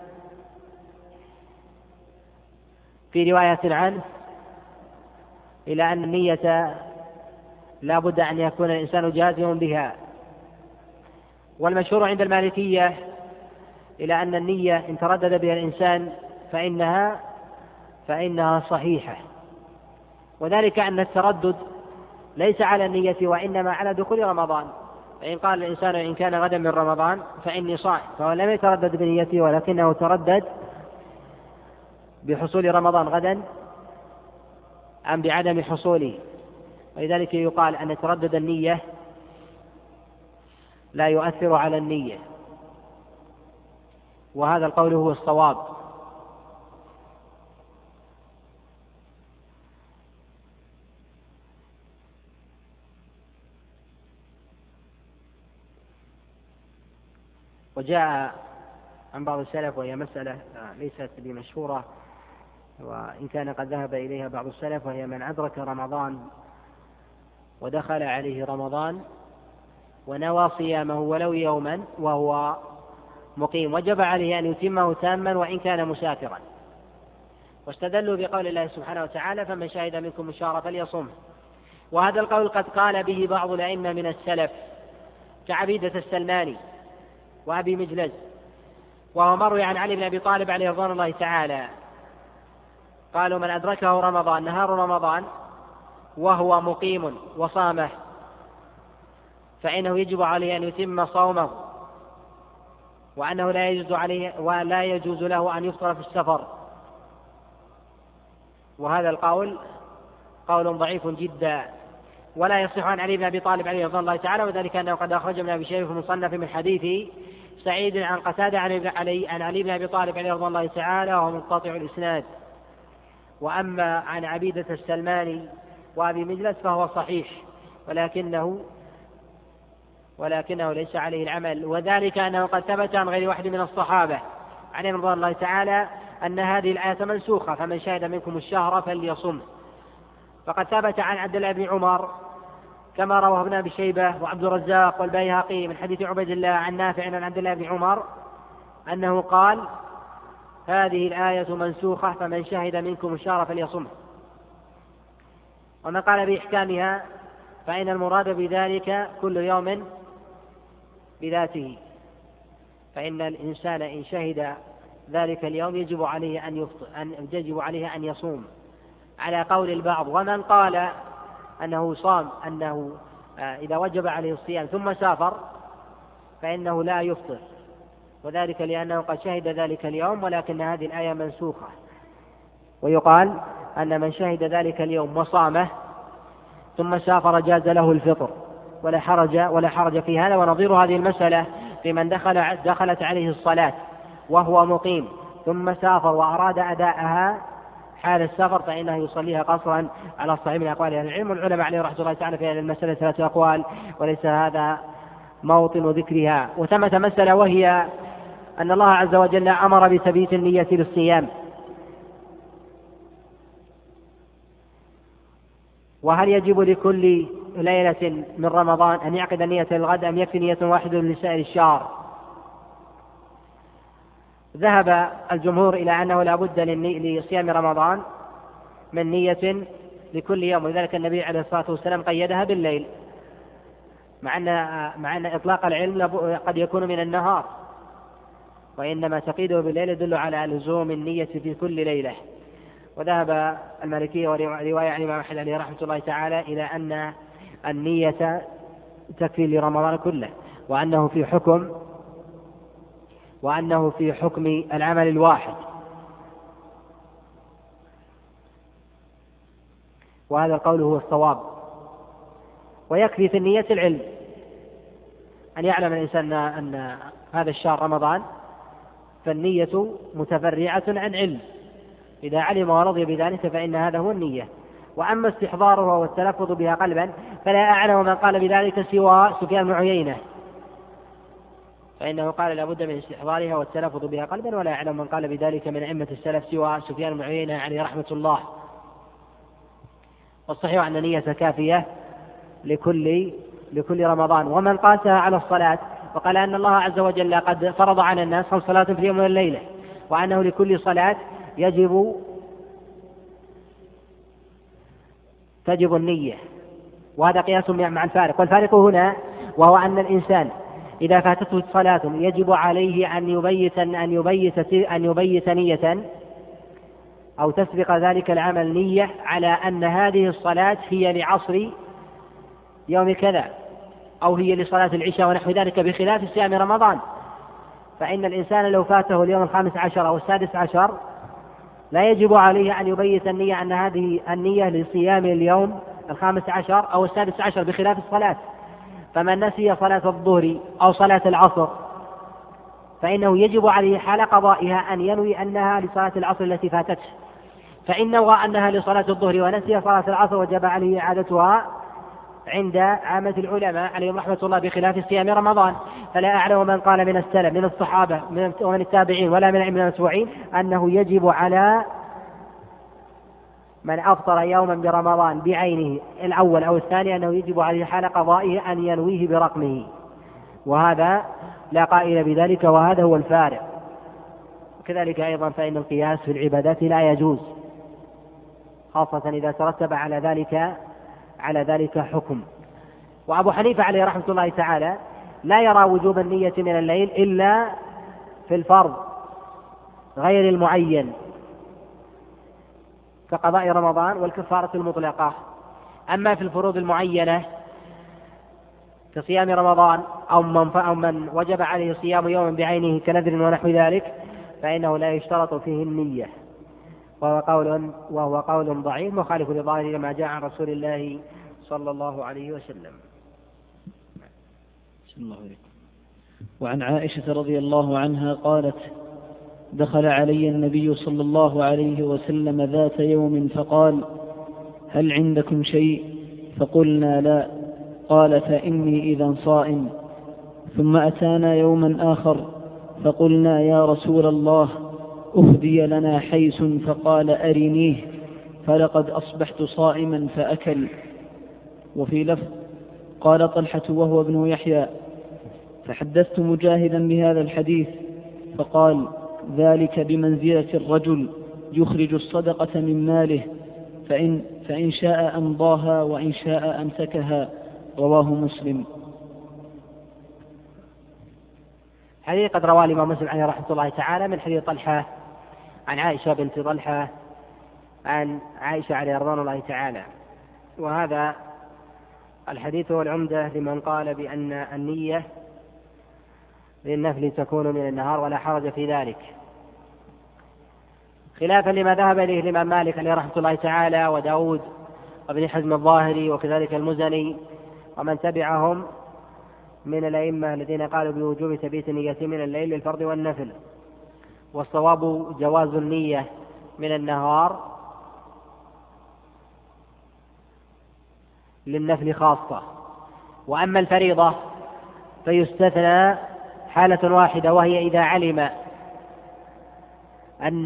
في رواية عنه إلى أن النية لا بد أن يكون الإنسان جازما بها. والمشهور عند المالكية إلى أن النية إن تردد بها الإنسان فإنها فإنها صحيحة، وذلك أن التردد ليس على النية وإنما على دخول رمضان. فإن قال الإنسان إن كان غدا من رمضان فإني صائم، فهو لم يتردد بنيته ولكنه تردد بحصول رمضان غدا أم بعدم حصوله، ولذلك يقال أن تردد النية لا يؤثر على النية، وهذا القول هو الصواب. وجاء عن بعض السلف وهي مسألة ليست بمشهورة وإن كان قد ذهب إليها بعض السلف، وهي من أدرك رمضان ودخل عليه رمضان ونوى صيامه ولو يوما وهو مقيم وجب عليه أن يتمه تاما وإن كان مسافرا. واستدلوا بقول الله سبحانه وتعالى فمن شهد منكم الشهر فليصم. وهذا القول قد قال به بعض الأئمة من السلف كعبيدة السلماني وأبي مجلس، وهو مروي عن علي بن أبي طالب عليه رضوان الله تعالى قالوا من أدركه رمضان نهار رمضان وهو مقيم وصامه فإنه يجب عليه أن يتم صومه، وأنه لا يجوز عليه ولا يجوز له أن يفطر في السفر. وهذا القول قول ضعيف جدا ولا يصح عن علي بن أبي طالب عليه رضوان الله تعالى، وذلك أنه قد أخرج من أبي شيبة في المصنف من حديث سعيد عن قتادة عن علي بن أبي طالب عليه رضوان الله تعالى وهو منقطع الإسناد. وأما عن عبيدة السلماني وأبي مجلس فهو صحيح ولكنه ولكنه ليس عليه العمل، وذلك أنه قد ثبت عن غير واحد من الصحابة عليهم رضوان الله تعالى أن هذه الآية منسوخة فمن شهد منكم الشهر فليصم. فقد ثبت عن عبد الله بن عمر كما رواه ابن أبي شيبة وعبد الرزاق والبيهقي من حديث عبيد الله عن نافع عن عبد الله بن عمر أنه قال هذه الآية منسوخة فمن شهد منكم الشهر فليصم. ومن قال بإحكامها فإن المراد بذلك كل يوم بذاته، فإن الإنسان إن شهد ذلك اليوم يجب عليه أن يفطر أن يجب عليه أن يصوم على قول البعض. ومن قال أنه صام أنه إذا وجب عليه الصيام ثم سافر فإنه لا يفطر، وذلك لأنه قد شهد ذلك اليوم ولكن هذه الآية منسوخة. ويقال أن من شهد ذلك اليوم وصامه ثم سافر جاز له الفطر ولا حرج ولا حرج في هذا. ونظير هذه المسألة في من دخل دخلت عليه الصلاة وهو مقيم ثم سافر وأراد أداءها حال السفر فإنه يصليها قصرا على الصحيح من أقوال أهل العلم. والعلماء عليه رحمة الله تعالى في هذه المسألة ثلاثة أقوال وليس هذا موطن ذكرها. وثمة مسألة وهي أن الله عز وجل أمر بتبييت النية للصيام، وهل يجب لكل ليلة من رمضان أن يعقد نية للغد أم يكفي نية واحدة لسائر الشهر؟ ذهب الجمهور إلى أنه لا بد لصيام رمضان من نية لكل يوم، ولذلك النبي عليه الصلاة والسلام قيدها بالليل، مع أن مع أن إطلاق العلم قد يكون من النهار، وإنما تقييده بالليل يدل على لزوم النية في كل ليلة. وذهب المالكية ورواية عن الإمام أحمد عليه رحمة الله تعالى إلى أن النية تكفي لرمضان كله، وأنه في حكم وأنه في حكم العمل الواحد. وهذا القول هو الصواب. ويكفي في النية العلم، أن يعلم الإنسان أن هذا الشهر رمضان فالنية متفرعة عن علم، إذا علم ورضي بذلك فإن هذا هو النية. وأما استحضارها والتلفظ بها قلبا فلا أعلم من قال بذلك سوى سفيان بن عيينة، فإنه قال لا بد من استحضارها والتلفظ بها قلبا، ولا أعلم من قال بذلك من أئمة السلف سوى سفيان بن عيينة عليه رحمة الله. والصحيح أن النية كافية لكل لكل رمضان. ومن قاسها على الصلاة وقال أن الله عز وجل قد فرض على الناس خمس صلوات في اليوم والليلة، وأنه لكل صلاة يجب تجب النية، وهذا قياس مع الفارق. والفارق هنا وهو أن الإنسان إذا فاتته صلاة يجب عليه أن يبيت أن يبيت أن يبيت نية أو تسبق ذلك العمل نية على أن هذه الصلاة هي لعصر يوم كذا أو هي لصلاة العشاء ونحو ذلك، بخلاف صيام رمضان. فإن الإنسان لو فاته اليوم الخامس عشر أو السادس عشر لا يجب عليه أن يبيت النية أن هذه النية لصيام اليوم الخامس عشر أو السادس عشر، بخلاف الصلاة. فمن نسي صلاة الظهر أو صلاة العصر فإنه يجب عليه حال قضائها أن ينوي أنها لصلاة العصر التي فاتته، فإن نوى أنها لصلاة الظهر ونسي صلاة العصر وجب عليه إعادتها عند عامة العلماء عليهم رحمة الله، بخلاف صيام رمضان. فلا أعلم من قال من السلف من الصحابة ومن التابعين ولا من المتبوعين أنه يجب على من أفطر يوما برمضان بعينه الأول أو الثاني أنه يجب عليه حال قضائه أن ينويه برقمه، وهذا لا قائل بذلك، وهذا هو الفارق. وكذلك أيضا فإن القياس في العبادات لا يجوز، خاصة إذا ترتب على ذلك على ذلك حكم. وأبو حنيفة عليه رحمة الله تعالى لا يرى وجوب النية من الليل إلا في الفرض غير المعين كقضاء رمضان والكفارة المطلقة. أما في الفروض المعينة كصيام رمضان أو من, أو من وجب عليه صيام يوم بعينه كنذر ونحو ذلك فإنه لا يشترط فيه النية، وهو قول, وهو قول ضعيف مخالف لظاهر ما جاء عن رسول الله صلى الله عليه وسلم. وعن عائشة رضي الله عنها قالت: دخل علي النبي صلى الله عليه وسلم ذات يوم فقال: هل عندكم شيء؟ فقلنا لا. قال: فإني إذا صائم. ثم أتانا يوما آخر فقلنا: يا رسول الله، أهدي لنا حيس. فقال: أرنيه. فلقد أصبحت صائما فأكل. وفي لفظ قال طلحة وهو ابن يحيى: فحدثت مجاهدا بهذا الحديث فقال: ذلك بمنزلة الرجل يخرج الصدقة من ماله، فإن, فإن شاء أمضاها وإن شاء أمسكها. رواه مسلم. حديث قد رواه الإمام مسلم عليه رحمة الله تعالى من حديث طلحة عن عائشة بنت طلحة عن عائشة عليه رضوان الله تعالى. وهذا الحديث هو العمدة لمن قال بأن النية للنفل تكون من النهار ولا حرج في ذلك، خلافا لما ذهب إليه الإمام مالك عليه رحمة الله تعالى وداود وابن حزم الظاهري وكذلك المزني ومن تبعهم من الأئمة الذين قالوا بوجوب تبيت النية من الليل للفرض والنفل. والصواب جواز النية من النهار للنفل خاصة. وأما الفريضة فيستثنى حالة واحدة، وهي إذا علم أن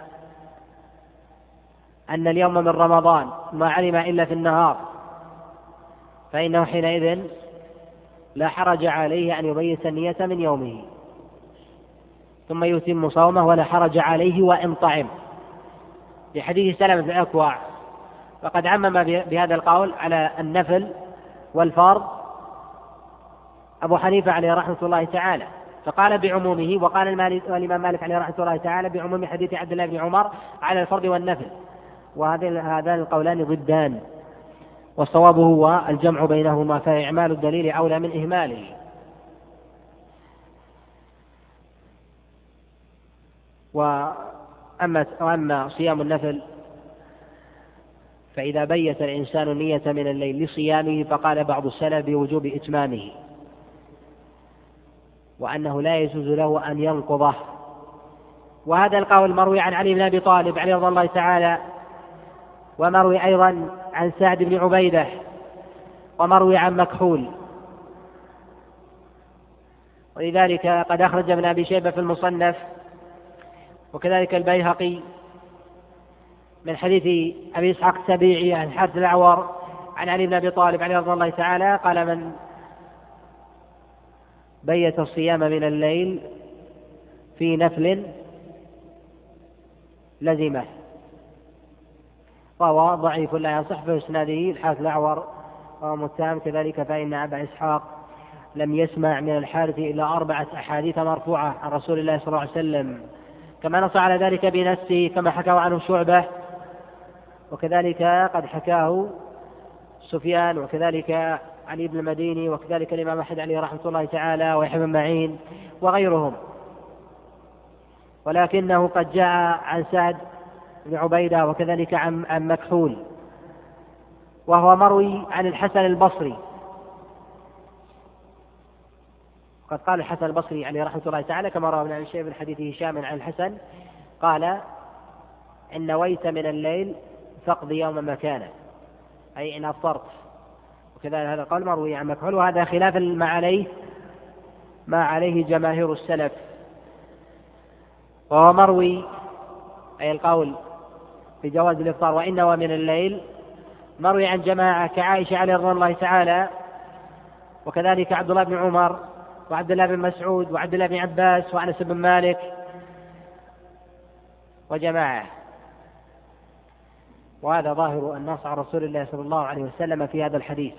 أن اليوم من رمضان ما علم إلا في النهار، فإنه حينئذ لا حرج عليه أن يبيت النية من يومه ثم يتم صومه ولا حرج عليه وإن طعم، لحديث سلمة بن الأكوع. فقد عمم بهذا القول على النفل والفرض أبو حنيفة عليه رحمة الله تعالى، فقال بعمومه، وقال الإمام مالك عليه رحمة الله تعالى بعموم حديث عبد الله بن عمر على الفرض والنفل. وهذان القولان ضدان، والصواب هو الجمع بينهما، فإعمال الدليل أولى من إهماله. وأما, وأما صيام النفل فإذا بيت الإنسان النية من الليل لصيامه فقال بعض السلف بوجوب إتمامه، وأنه لا يجوز له أن ينقضه. وهذا القول مروي عن علي بن أبي طالب عليه رضي الله تعالى، ومروي أيضا عن سعد بن عبيدة، ومروي عن مكحول. ولذلك قد أخرج ابن أبي شيبة في المصنف وكذلك البيهقي من حديث أبي إسحاق السبيعي عن حارث الأعور عن علي بن أبي طالب عليه رضي الله تعالى قال: من بيت الصيام من الليل في نفل لزمه. وهو ضعيف لا يصح في إسناده الحارث الأعور وهو متهم. كذلك فإن أبا إسحاق لم يسمع من الحارث إلا أربعة أحاديث مرفوعة عن رسول الله صلى الله عليه وسلم، كما نص على ذلك بنفسه كما حكاه عنه شعبة، وكذلك قد حكاه سفيان، وكذلك علي بن المديني، وكذلك الإمام أحمد عليه رحمة الله تعالى، ويحيى بن معين وغيرهم. ولكنه قد جاء عن سعد بن عبيدة وكذلك عن مكحول، وهو مروي عن الحسن البصري. قد قال الحسن البصري عليه رحمة الله تعالى كما روى ابن أبي شيبة من حديث هشام عن الحسن قال: إن نويت من الليل فاقضي يوم مكانه، أي إن أفطرت. وكذلك هذا القول مروي عن مكحول، وهذا خلاف ما عليه ما عليه جماهير السلف. وهو مروي أي القول في جواز الإفطار وإن نوى من الليل مروي عن جماعة كعائشة عليه رضي الله تعالى، وكذلك عبد الله بن عمر وعبد الله بن مسعود وعبد الله بن عباس وأنس بن مالك وجماعة. وهذا ظاهر النص عن رسول الله صلى الله عليه وسلم في هذا الحديث.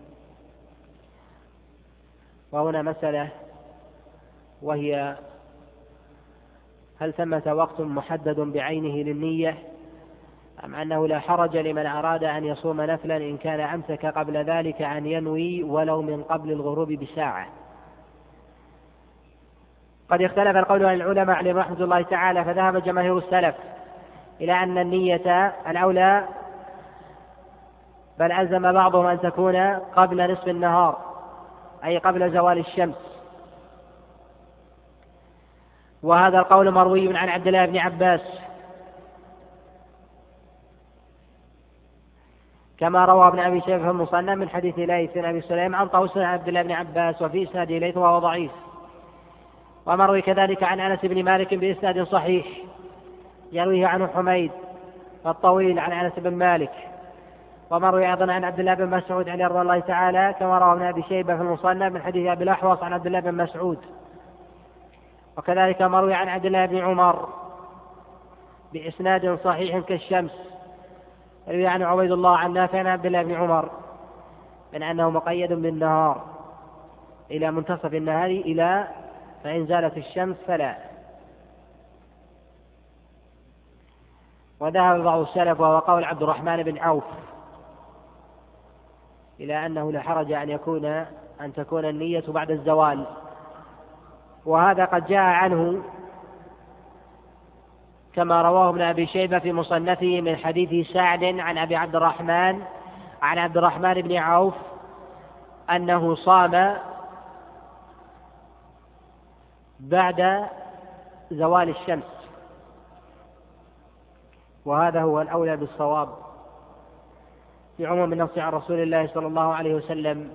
وهنا مسألة، وهي هل ثمة وقت محدد بعينه للنية أم أنه لا حرج لمن أراد أن يصوم نفلا إن كان أمسك قبل ذلك أن ينوي ولو من قبل الغروب بساعة؟ قد اختلف القول عن العلماء عليهم رحمة الله تعالى، فذهب جماهير السلف إلى أن النية الأولى، بل ألزم بعضهم أن تكون قبل نصف النهار أي قبل زوال الشمس. وهذا القول مروي عن عبد الله بن عباس كما روى ابن أبي شيبة في المصنف من حديث ليث بن أبي سليم عن طاووس عن عبد الله بن عباس، وفي إسناده ليث وهو ضعيف. ومروي كذلك عن أنس بن مالك بإسناد صحيح يرويه عنه حميد الطويل عن أنس بن مالك. ومروي أيضا عن عبد الله بن مسعود عليه رضي الله تعالى كما روى ابن أبي شيبة في المصنف من حديث أبي الأحوص عن عبد الله بن مسعود. وكذلك مروي عن عبد الله بن عمر بإسناد صحيح كالشمس يروي عن عبيد الله عن نافع عن عبد الله بن عمر من أنه مقيد بالنهار إلى منتصف النهار إلى فإن زالت الشمس فلا. وذهب بعض السلف وهو قول عبد الرحمن بن عوف إلى أنه لا حرج أن يكون أن تكون النية بعد الزوال. وهذا قد جاء عنه كما رواه ابن أبي شيبة في مصنفه من حديث سعد عن أبي عبد الرحمن عن عبد الرحمن بن عوف أنه صام بعد زوال الشمس. وهذا هو الأولى بالصواب في عموم النص عن رسول الله صلى الله عليه وسلم.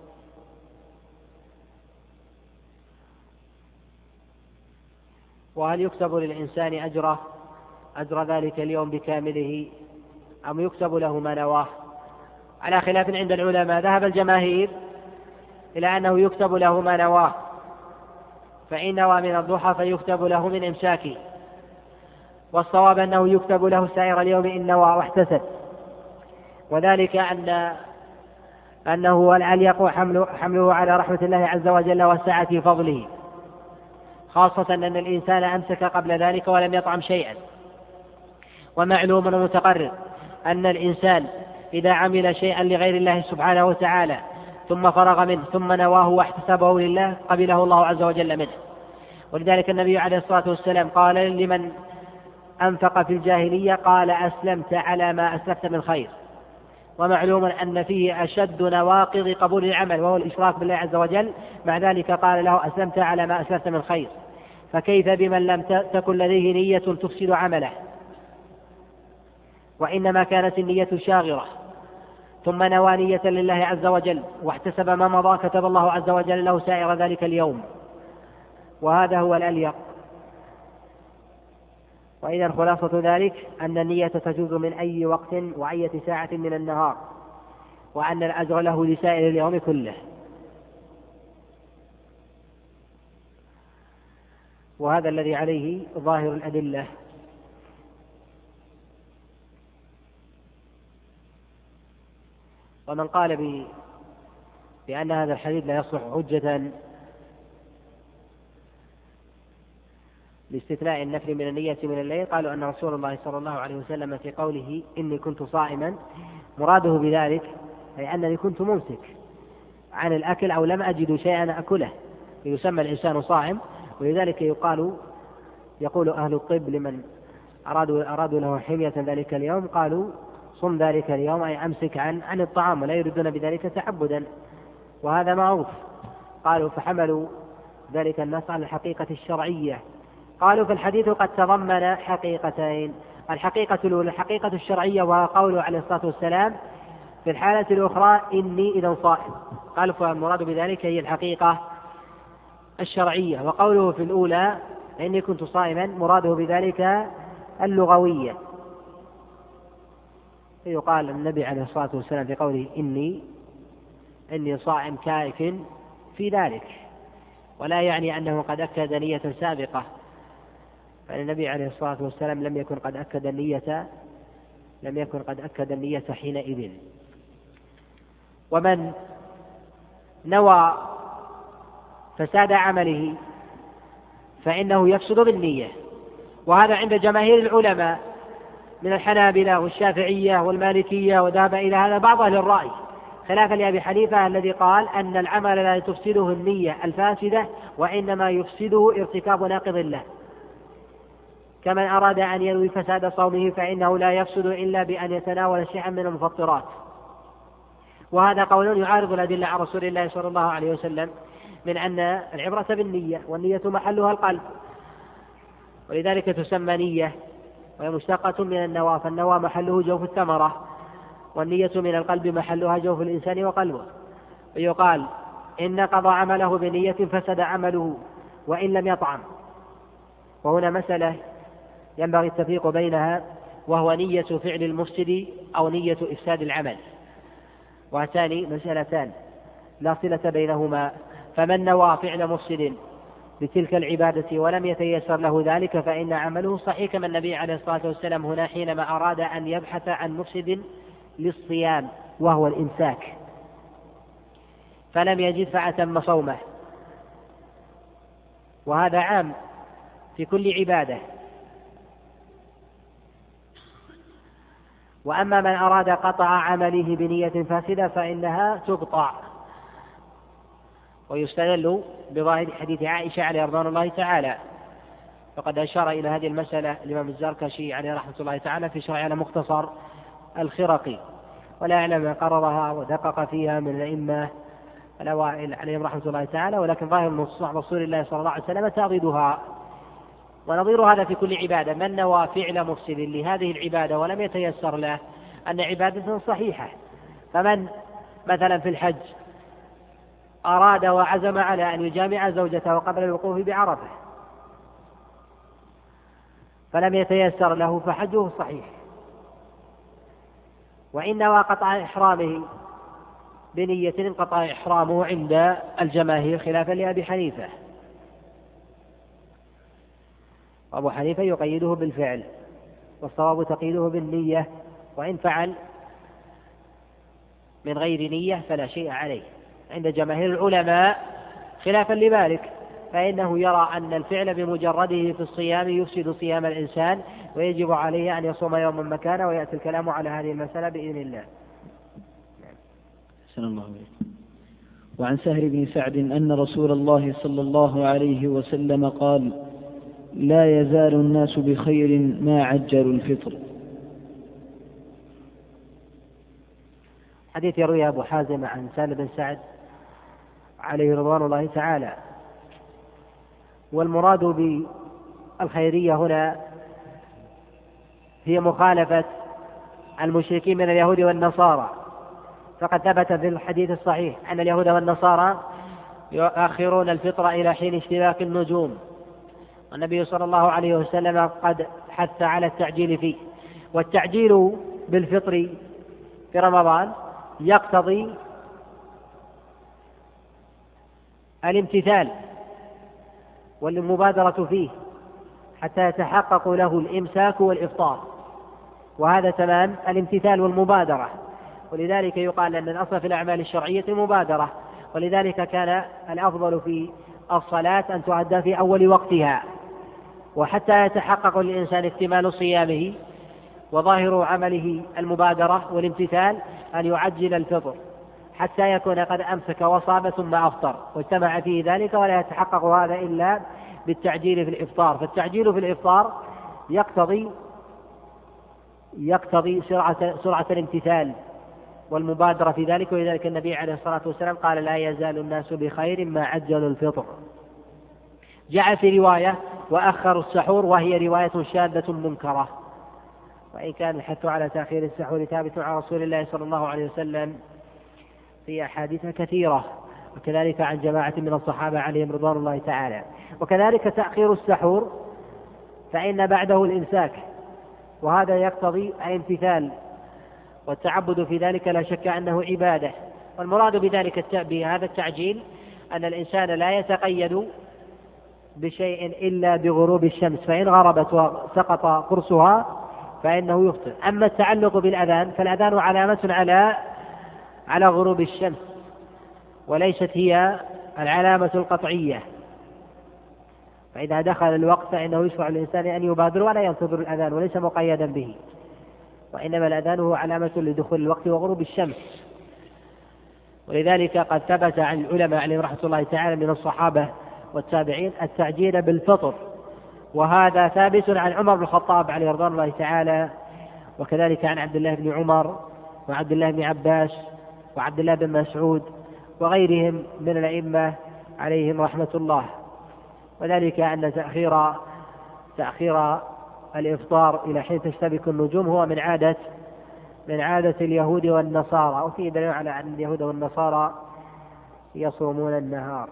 وهل يكتب للإنسان أجره أجر ذلك اليوم بكامله أم يكتب له ما نواه؟ على خلاف عند العلماء. ذهب الجماهير إلى أنه يكتب له ما نواه، فإن نوى من الضحى فيكتب له من إمساكه، والصواب أنه يكتب له سائر اليوم إن نوى واحتسب. وذلك أن أنه الأليق حمله, حمله على رحمة الله عز وجل وسعة فضله، خاصة أن الإنسان أمسك قبل ذلك ولم يطعم شيئا. ومعلوم ومتقرر أن الإنسان إذا عمل شيئا لغير الله سبحانه وتعالى ثم فرغ منه ثم نواه واحتسبه لله قبله الله عز وجل منه. ولذلك النبي عليه الصلاة والسلام قال لمن أنفق في الجاهلية قال أسلمت على ما أسلفت من خير. ومعلوم أن فيه أشد نواقض قبول العمل وهو الإشراك بالله عز وجل، مع ذلك قال له أسلمت على ما أسلفت من خير، فكيف بمن لم تكن لديه نية تفسد عمله، وإنما كانت النية شاغرة ثم نوى نية لله عز وجل واحتسب ما مضى كتب الله عز وجل له سائر ذلك اليوم. وهذا هو الأليق. وإذا خلاصة ذلك أن النية تجوز من أي وقت وأية ساعة من النهار، وأن الأجر له لسائر اليوم كله. وهذا الذي عليه ظاهر الأدلة. ومن قال ب... بأن هذا الحديث لا يصلح حجة لاستثناء النفل من النية من الليل، قالوا أن رسول الله صلى الله عليه وسلم في قوله إني كنت صائما مراده بذلك أي أنني كنت ممسك عن الأكل أو لم أجد شيئا أكله، يسمى الإنسان صائم. ولذلك يقال يقول أهل الطب لمن أرادوا, أرادوا له حمية ذلك اليوم قالوا صم ذلك اليوم أي أمسك عن, عن الطعام، ولا يريدون بذلك تعبدا، وهذا معروف. قالوا فحملوا ذلك النص على الحقيقة الشرعية. قالوا في الحديث قد تضمن حقيقتين، الحقيقة الأولى الحقيقة الشرعية وهو قوله عليه الصلاة والسلام في الحالة الأخرى إني إذا صائم، قالوا فالمراد بذلك هي الحقيقة الشرعية. وقوله في الأولى إني كنت صائما مراده بذلك اللغوية، يقال النبي عليه الصلاة والسلام في قوله إني إني صائم كائف في ذلك، ولا يعني أنه قد أكد نية سابقة، فالنبي عليه الصلاة والسلام لم يكن قد أكد النية لم يكن قد أكد النية حينئذ. ومن نوى فساد عمله فإنه يفسد بالنية، وهذا عند جماهير العلماء من الحنابلة والشافعية والمالكية، وذهب إلى هذا بعض أهل الرأي خلافا لأبي حنيفة الذي قال أن العمل لا تفسده النية الفاسدة، وإنما يفسده ارتكاب ناقض له، كمن أراد أن ينوي فساد صومه فإنه لا يفسد إلا بأن يتناول شيئا من المفطرات. وهذا قول يعارض الأدلة عن رسول الله صلى الله عليه وسلم من أن العبرة بالنية، والنية محلها القلب، ولذلك تسمى نية، وهي مشتقة من النوى، فالنوى محله جوف الثمرة، والنية من القلب محلها جوف الإنسان وقلبه. ويقال إن قضى عمله بنية فسد عمله وإن لم يطعم. وهنا مسألة ينبغي التفريق بينها، وهو نية فعل المفسد أو نية إفساد العمل، وهاتان مسألتان لا صلة بينهما. فمن نوى فعل مفسد بتلك العبادة ولم يتيسر له ذلك فإن عمله صحيح، كما النبي عليه الصلاة والسلام هنا حينما أراد أن يبحث عن مفسد للصيام وهو الإمساك فلم يجد فأتم صومه، وهذا عام في كل عبادة. وأما من أراد قطع عمله بنية فاسدة فإنها تقطع. ويستدل بظاهر حديث عائشة عليه رضوان الله تعالى، فقد أشار إلى هذه المسألة الإمام الزركشي عليه رحمة الله تعالى في شرح على مختصر الخرقي، ولا أعلم من قررها ودقق فيها من الأئمة الأوائل عليهم رحمة الله تعالى، ولكن ظاهر نصوص رسول الله صلى الله عليه وسلم تعضدها. ونظير هذا في كل عبادة، من نوى فعل مفسد لهذه العبادة ولم يتيسر له أن عبادة صحيحة. فمن مثلا في الحج أراد وعزم على أن يجامع زوجته قبل الوقوف بعرفة فلم يتيسر له فحجه صحيح، وإن نوى قطع إحرامه بنية انقطع إحرامه عند الجماهير خلافا لأبي حنيفة. أبو حنيفة يقيده بالفعل، والصواب تقييده بالنية، وإن فعل من غير نية فلا شيء عليه. عند جماهير العلماء خلافا لمالك فإنه يرى أن الفعل بمجرده في الصيام يفسد صيام الإنسان، ويجب عليه أن يصوم يوما مكانه، ويأتي الكلام على هذه المسألة بإذن الله. أحسن الله إليك. وعن سهل بن سعد أن رسول الله صلى الله عليه وسلم قال: لا يزال الناس بخير ما عجلوا الفطر. حديث يرويه أبو حازم عن سهل بن سعد عليه رضوان الله تعالى. والمراد بالخيرية هنا هي مخالفة المشركين من اليهود والنصارى، فقد ثبت في الحديث الصحيح أن اليهود والنصارى يؤخرون الفطر إلى حين اشتباك النجوم، والنبي صلى الله عليه وسلم قد حث على التعجيل فيه. والتعجيل بالفطر في رمضان يقتضي الامتثال والمبادرة فيه حتى يتحقق له الإمساك والإفطار، وهذا تمام الامتثال والمبادرة. ولذلك يقال أن الأصل في الأعمال الشرعية المبادرة، ولذلك كان الأفضل في الصلاة أن تؤدى في أول وقتها، وحتى يتحقق للإنسان اكتمال صيامه وظاهر عمله المبادرة والامتثال أن يعجل الفطر حتى يكون قد أمسك وصام ثم أفطر، واجتمع فيه ذلك، ولا يتحقق هذا إلا بالتعجيل في الإفطار. فالتعجيل في الإفطار يقتضي يقتضي سرعة, سرعة الامتثال والمبادرة في ذلك، ولذلك النبي عليه الصلاة والسلام قال: لا يزال الناس بخير ما عجلوا الفطر. جاء في رواية: وأخروا السحور، وهي رواية شاذة منكرة، وإن كان الحث على تأخير السحور ثابت عن رسول الله صلى الله عليه وسلم في أحاديث كثيرة، وكذلك عن جماعة من الصحابة عليهم رضوان الله تعالى. وكذلك تأخير السحور فإن بعده الإمساك، وهذا يقتضي الامتثال والتعبد في ذلك لا شك أنه عبادة. والمراد بذلك بهذا التعجيل أن الإنسان لا يتقيد بشيء إلا بغروب الشمس، فإن غربت وسقط قرصها فإنه يفطر. أما التعلق بالأذان فالأذان علامة على على غروب الشمس، وليست هي العلامة القطعية، فإذا دخل الوقت فإنه يشرع للإنسان أن يبادر ولا ينتظر الأذان، وليس مقيدا به، وإنما الأذان هو علامة لدخول الوقت وغروب الشمس. ولذلك قد ثبت عن العلماء عليهم رحمة الله تعالى من الصحابة والتابعين التعجيل بالفطر، وهذا ثابت عن عمر بن الخطاب عليه رضوان الله تعالى، وكذلك عن عبد الله بن عمر وعبد الله بن عباس وعبد الله بن مسعود وغيرهم من الأئمة عليهم رحمة الله. وذلك أن تأخير تأخير الإفطار إلى حين تشتبك النجوم هو من عادة من عادة اليهود والنصارى، وفيه دليل على أن اليهود والنصارى يصومون النهار.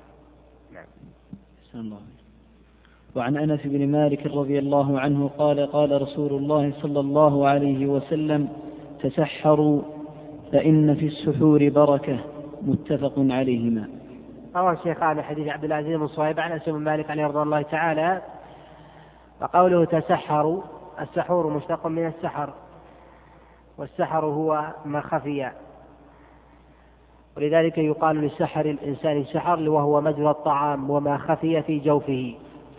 نعم. وعن أنس بن مالك رضي الله عنه قال قال رسول الله صلى الله عليه وسلم: تسحروا فإن في السحور بركة. متفق عليهما. روى الشيخان حديث عبد العزيز بن صهيب عن أنس بن مالك عليه رضي الله تعالى، وقوله تسحروا، السحور مشتق من السحر، والسحر هو ما خفي، ولذلك يقال للسحر الإنسان سحر وهو مجرى الطعام وما خفي في جوفه،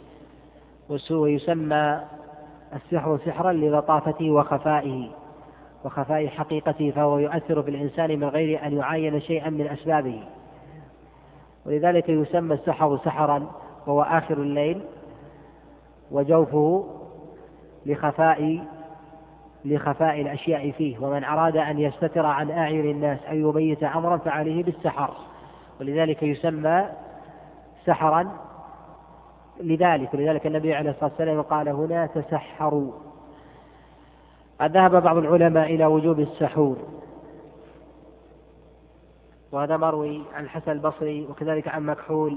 ويسمى السحر سحرا للطافته وخفائه وخفاء حقيقته، فهو يؤثر في الإنسان من غير أن يعاين شيئا من أسبابه، ولذلك يسمى السحر سحرا وهو آخر الليل وجوفه لخفاء لخفاء الأشياء فيه. ومن أراد أن يستتر عن أعين الناس أن يبيت أمرا فعليه بالسحر، ولذلك يسمى سحرا لذلك. ولذلك النبي عليه الصلاة والسلام قال هنا تسحروا. قد ذهب بعض العلماء إلى وجوب السحور، وهذا مروي عن الحسن البصري وكذلك عن مكحول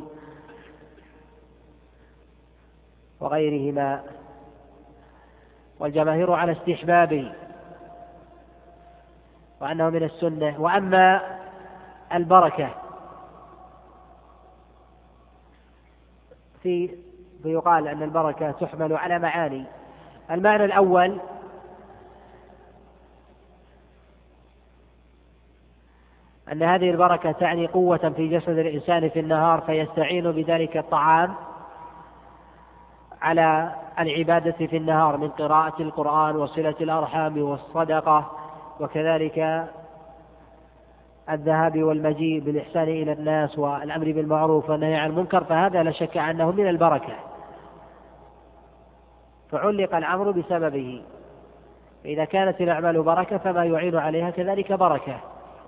وغيرهما، والجماهير على استحبابه وأنه من السنة. وأما البركة في فيقال أن البركة تحمل على معاني. المعنى الأول أن هذه البركة تعني قوة في جسد الإنسان في النهار، فيستعين بذلك الطعام على العبادة في النهار من قراءة القرآن وصلة الأرحام والصدقة، وكذلك الذهاب والمجيء بالإحسان إلى الناس والأمر بالمعروف والنهي عن المنكر، فهذا لا شك أنه من البركة، فعلق الأمر بسببه. فإذا كانت الأعمال بركة فما يعين عليها كذلك بركة.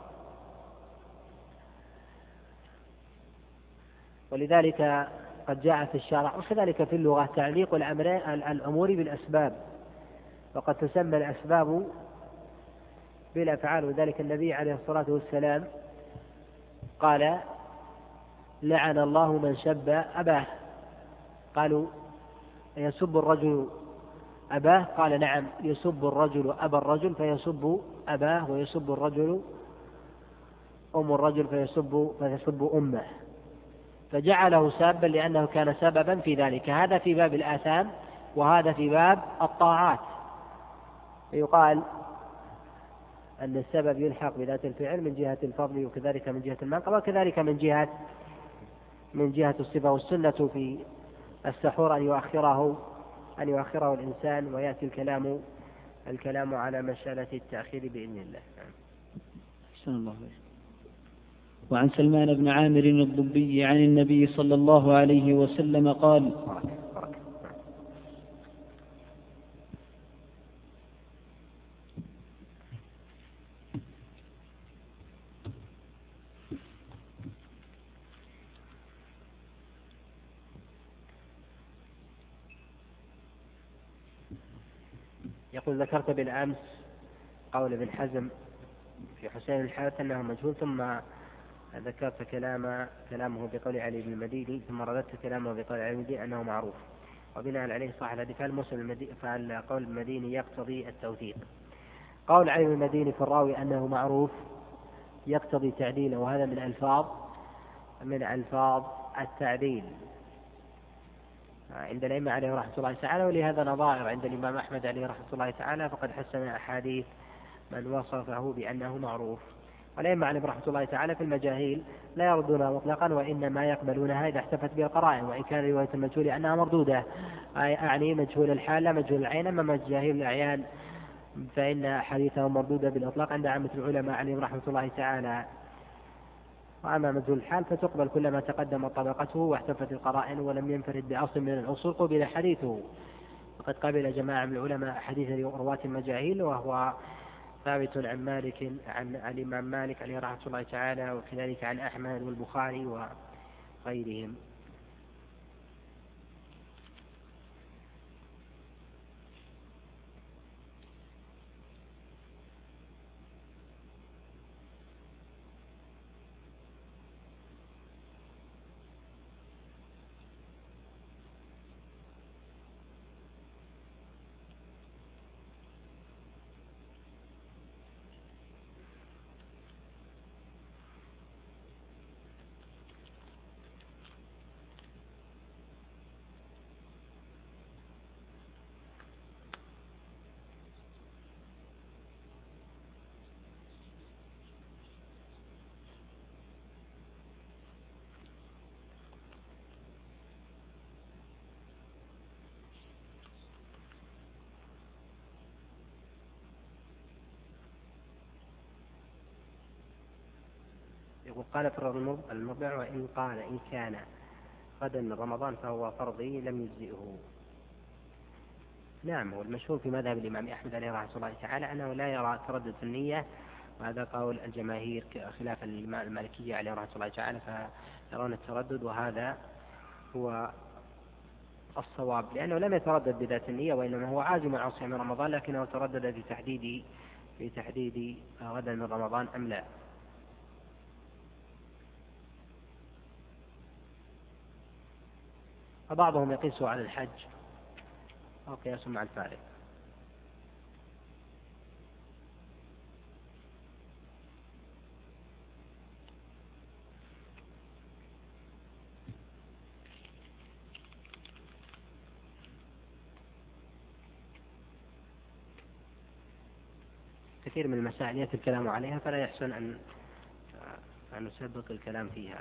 ولذلك قد جاء في الشرع وكذلك في اللغة تعليق الأمور بالأسباب، وقد تسمى الأسباب بالأفعال. وذلك النبي عليه الصلاة والسلام قال لعن الله من سب أباه. قالوا يسب الرجل أباه؟ قال نعم، يسب الرجل أبا الرجل فيسب أباه، ويسب الرجل أم الرجل فيسب فيسب أمه، فجعله سابا لأنه كان سببا في ذلك. هذا في باب الآثام، وهذا في باب الطاعات. يقال أن السبب يلحق بذات الفعل من جهة الفضل، وكذلك من جهة المنقبة، وكذلك من جهة من جهة الصفة. والسنة في السحور أن يؤخره أن يؤخره الإنسان، ويأتي الكلام الكلام على مسألة التأخير بإذن الله. أحسن الله عليك. وعن سلمان بن عامر الضبي عن النبي صلى الله عليه وسلم قال: يقول ذكرت بالأمس قول ابن حزم في حسين الحارث أنه مجهول، ثم ذكرت كلام كلامه بقول علي بن المديني، ثم رددت كلامه بقول علي بن المديني أنه معروف، وبناء عليه صح الحديث. فالمسلم فالقول المديني يقتضي التوثيق. قول علي بن المديني في الراوي أنه معروف يقتضي تعديله، وهذا من ألفاظ من ألفاظ التعديل عند الأئمة عليه رحمة الله تعالى، ولهذا نظائر عند الإمام أحمد عليه رحمة الله تعالى، فقد حسن أحاديث من وصفه بأنه معروف. والأئمة عليه رحمة الله تعالى في المجاهيل لا يردونها مطلقا، وإنما يقبلونها إذا احتفت بها القرائن، وإن كان رواية المجهول أنها مردودة، أعني مجهول الحال لا مجهول العين. أما مجاهيل الأعيان فإن حديثهم مردودة بالإطلاق عند عامة العلماء عليهم رحمة الله تعالى. وأما مجهول الحال فتقبل كلما تقدم طبقته واحتفت القرائن ولم ينفرد بأصل من الأصول قبل حديثه. وقد قبل جماعة من العلماء حديث رواة المجاهيل، وهو ثابت عن مالك عن الإمام مالك عليه رحمة الله تعالى، وكذلك عن أحمد والبخاري وغيرهم. يقول قال في المربع: وإن قال إن كان غدا من رمضان فهو فرضي لم يجزئه. نعم، هو المشهور في مذهب الإمام أحمد عليه رحمة الله تعالى أنه لا يرى تردد في النية، وهذا قول الجماهير خلاف المالكية عليه رحمة الله تعالى، فيرون التردد، وهذا هو الصواب، لأنه لم يتردد بذات النية، وإنما هو عازم على صيام رمضان، لكنه تردد في تحديد في تحديد غدا من رمضان أم لا. فبعضهم يقيسه على الحج أو قياس مع الفارق. كثير من المسائل يأتي الكلام عليها، فلا يحسن أن أن نسبق الكلام فيها.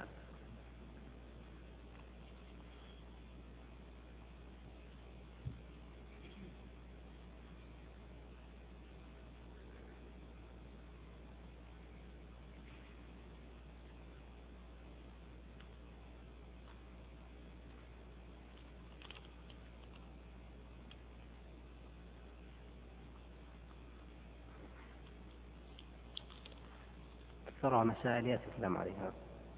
ترى مسائل يأتي الكلام عليها.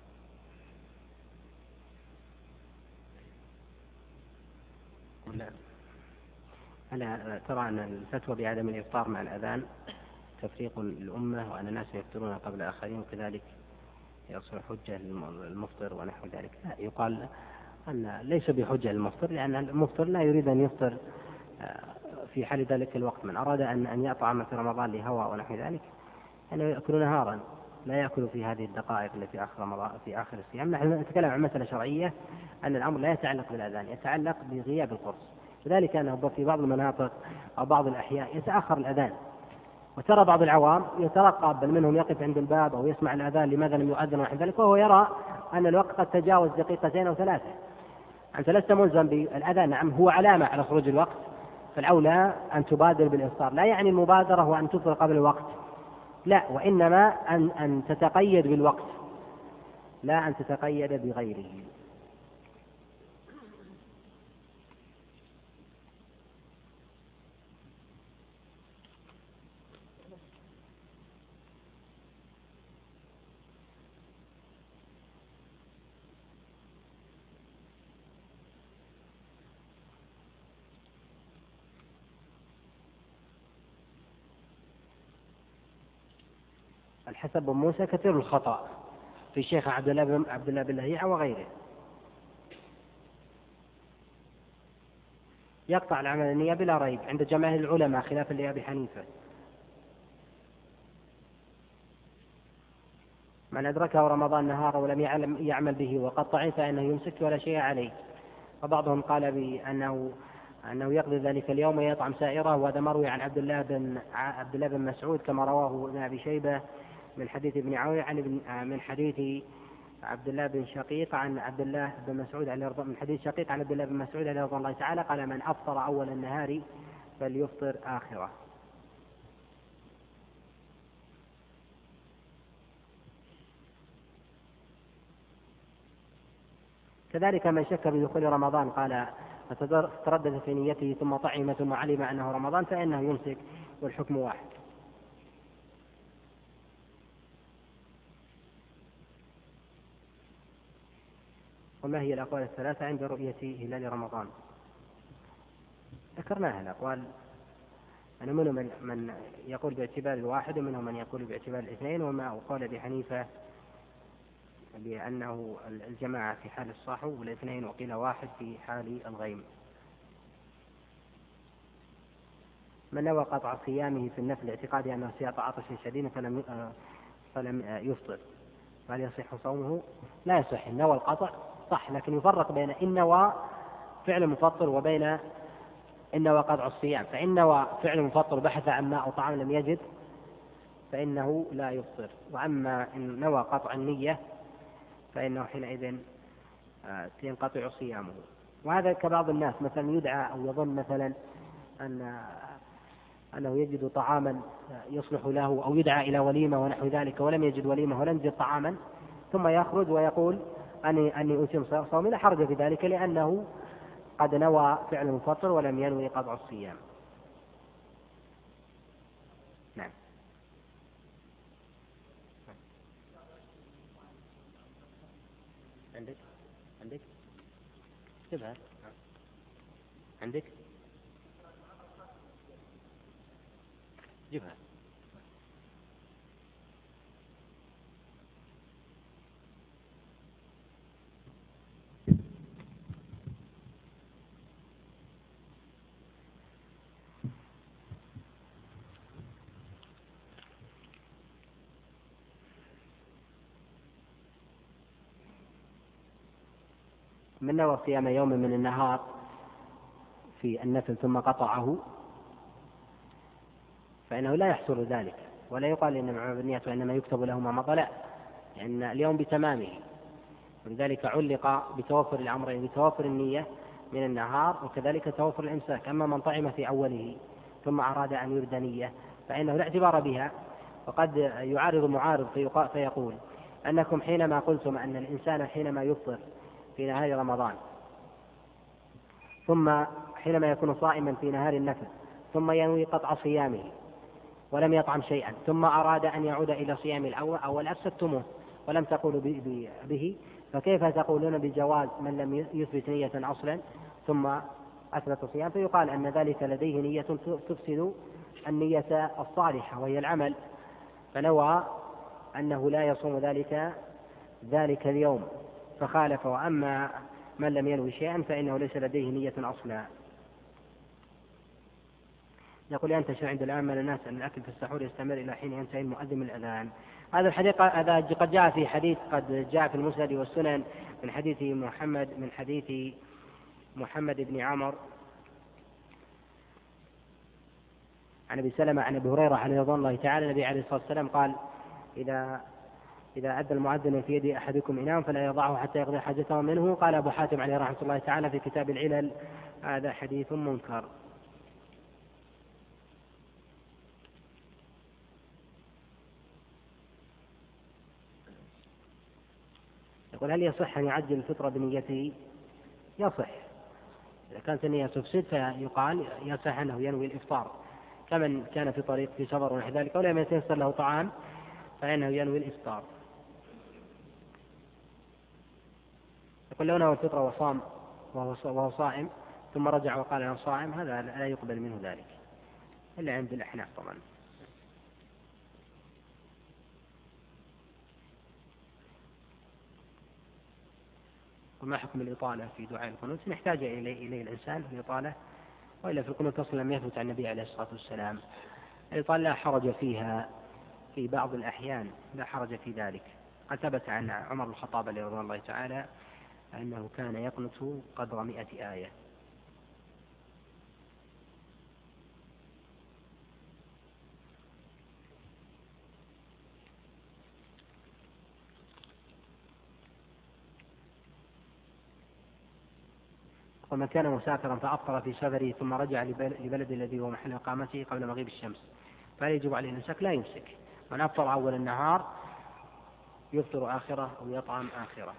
ألا ترى أن الفتوى بعدم الإفطار مع الأذان تفريق الأمة، وأن الناس يفطرون قبل آخرين، وكذلك يصبح حجة المفطر ونحو ذلك؟ لا، يقال أن ليس بحجة المفطر، لأن المفطر لا يريد أن يفطر في حال ذلك الوقت. من أراد أن أن يطعم في رمضان لهوى ونحو ذلك أنه يأكل نهارا، لا يأكل في هذه الدقائق التي في آخر رمضان في آخر الصيام. نحن نتكلم عن مسألة شرعية، أن الأمر لا يتعلق بالأذان، يتعلق بغياب القرص. لذلك أنه في بعض المناطق أو بعض الأحياء يتأخر الأذان، وترى بعض العوام يترقب، بل منهم يقف عند الباب أو يسمع الأذان لماذا لم يؤذن ونحو ذلك، وهو يرى أن الوقت قد تجاوز دقيقتين أو ثلاثة. أنت لست ملزم بالأذان، نعم هو علامة على خروج الوقت، فالأولى أن تبادر بالإفطار. لا يعني المبادرة هو أن تفطر قبل الوقت، لا، وإنما أن أن تتقيد بالوقت، لا أن تتقيد بغيره. الحسن بن موسى كثير الخطأ في الشيخ عبد الله بن عبد الله بن لهيعة وغيره، يقطع العمل النية بلا ريب عند جماهير العلماء خلافا لأبي حنيفة. من أدركه رمضان نهارا ولم يعلم يعمل به وقد طعن فإنه يمسك ولا شيء عليه. وبعضهم قال بأنه أنه يقضي ذلك اليوم ويطعم سائره، وهذا مروي عن عبد الله بن عبد الله بن مسعود كما رواه ابن أبي شيبة من حديث ابن عون عن ابن من حديث عبد الله بن شقيق عن عبد الله بن مسعود عليه من حديث شقيق عن عبد الله بن مسعود عليه رضي الله تعالى قال: من أفطر أول النهار فليفطر آخره. كذلك من شك بدخول رمضان قال فتردد في نيته ثم طعم ثم علم أنه رمضان فإنه يمسك والحكم واحد. وما هي الأقوال الثلاثة عند رؤية هلال رمضان؟ ذكرناها الأقوال، أنا منهم من, من يقول باعتبار الواحد ومنهم من يقول باعتبار الاثنين، وما قال أبي حنيفة بأنه الجماعة في حال الصحو والاثنين وقيل واحد في حال الغيم. من نوى قطع صيامه في النفل اعتقاده أنه سيطع عطش شديد فلم فلم يفطر فهل يصح صومه؟ لا يصح. نوى القطع صح، لكن يفرق بين إن نوى فعل مفطر وبين إن نوى قطع الصيام. فإن نوى فعل مفطر بحث عن ماء أو طعام لم يجد فإنه لا يفطر، وأما إن نوى قطع النية فإنه حينئذ ينقطع صيامه. وهذا كبعض الناس مثلا يدعى أو يظن مثلا أن أنه يجد طعاما يصلح له، أو يدعى إلى وليمة ونحو ذلك ولم يجد وليمة ولم يجد طعاما ثم يخرج ويقول أني أني أتم صومي، لا حرج في ذلك لأنه قد نوى فعل مفطر ولم ينوي قطع الصيام. نعم. عندك عندك اكتبها عندك جيبها. من نوى صيام يوم من النهار في النفل ثم قطعه فإنه لا يحصل ذلك، ولا يقال إنما بالنية وإنما يكتب له ما مضى، لا، لأن اليوم بتمامه، ولذلك علق بتوفر الأمرين، بتوفر النية من النهار وكذلك توفر الإمساك. أما من طعم في أوله ثم أراد أن يرد نية فإنه لا اعتبار بها. وقد يعارض معارض فيقول أنكم حينما قلتم أن الإنسان حينما يفطر في نهار رمضان ثم حينما يكون صائما في نهار النفل ثم ينوي قطع صيامه ولم يطعم شيئا ثم أراد أن يعود إلى صيام الأول أول أفسدتموه ولم تقولوا به، فكيف تقولون بجواز من لم يثبت نية أصلا ثم أثبت صيام؟ فيقال أن ذلك لديه نية تفسد النية الصالحة وهي العمل، فنوى أنه لا يصوم ذلك ذلك اليوم فخالف. وأما من لم ينوي شيئا فإنه ليس لديه نية أصلا. يقول ينتشر عند العامة الناس أن الأكل في السحور يستمر إلى حين ينتهي المؤذن من الأذان. هذا الحديث هذا قد جاء في حديث قد جاء في المسند والسنن من حديث محمد من حديث محمد بن عمر عن أبي سلمة عن أبي هريرة عليه رضي الله تعالى النبي عليه الصلاة والسلام قال: إذا إذا أدى المؤذن في يد أحدكم إناء فلا يضعه حتى يقضي حاجته منه. قال أبو حاتم عليه رحمة الله تعالى في كتاب العلل: هذا حديث منكر. يقول: هل يصح أن يعجل الفطرة بنيته؟ يصح، إذا كانت النية تفسد فيقال يصح أنه ينوي الإفطار، كمن كان في طريق في سفر ونحو ذلك ولم يتيسر له طعام فإنه ينوي الإفطار. يقول: لو نوى الفطرة وصام وهو صائم ثم رجع وقال أنا صائم، هذا لا يقبل منه ذلك إلا عند الأحناف طبعا. وما حكم الإطالة في دعاء القنوت؟ نحتاج إليه, إليه الإنسان في الإطالة، وإلا في القنوت أصلا لم يثبت عن النبي عليه الصلاة والسلام. الإطالة لا حرج فيها في بعض الأحيان، لا حرج في ذلك. قد ثبت عن عمر بن الخطاب رضي الله تعالى أنه كان يقنت قدر مئة آية. ومن كان مسافرا فأفطر في سفره ثم رجع لبلد الذي هو محل إقامته قبل مغيب الشمس فهل يجب عليه الإمساك؟ لا يمسك. من أفطر أول النهار يفطر آخرة أو يطعم آخرة.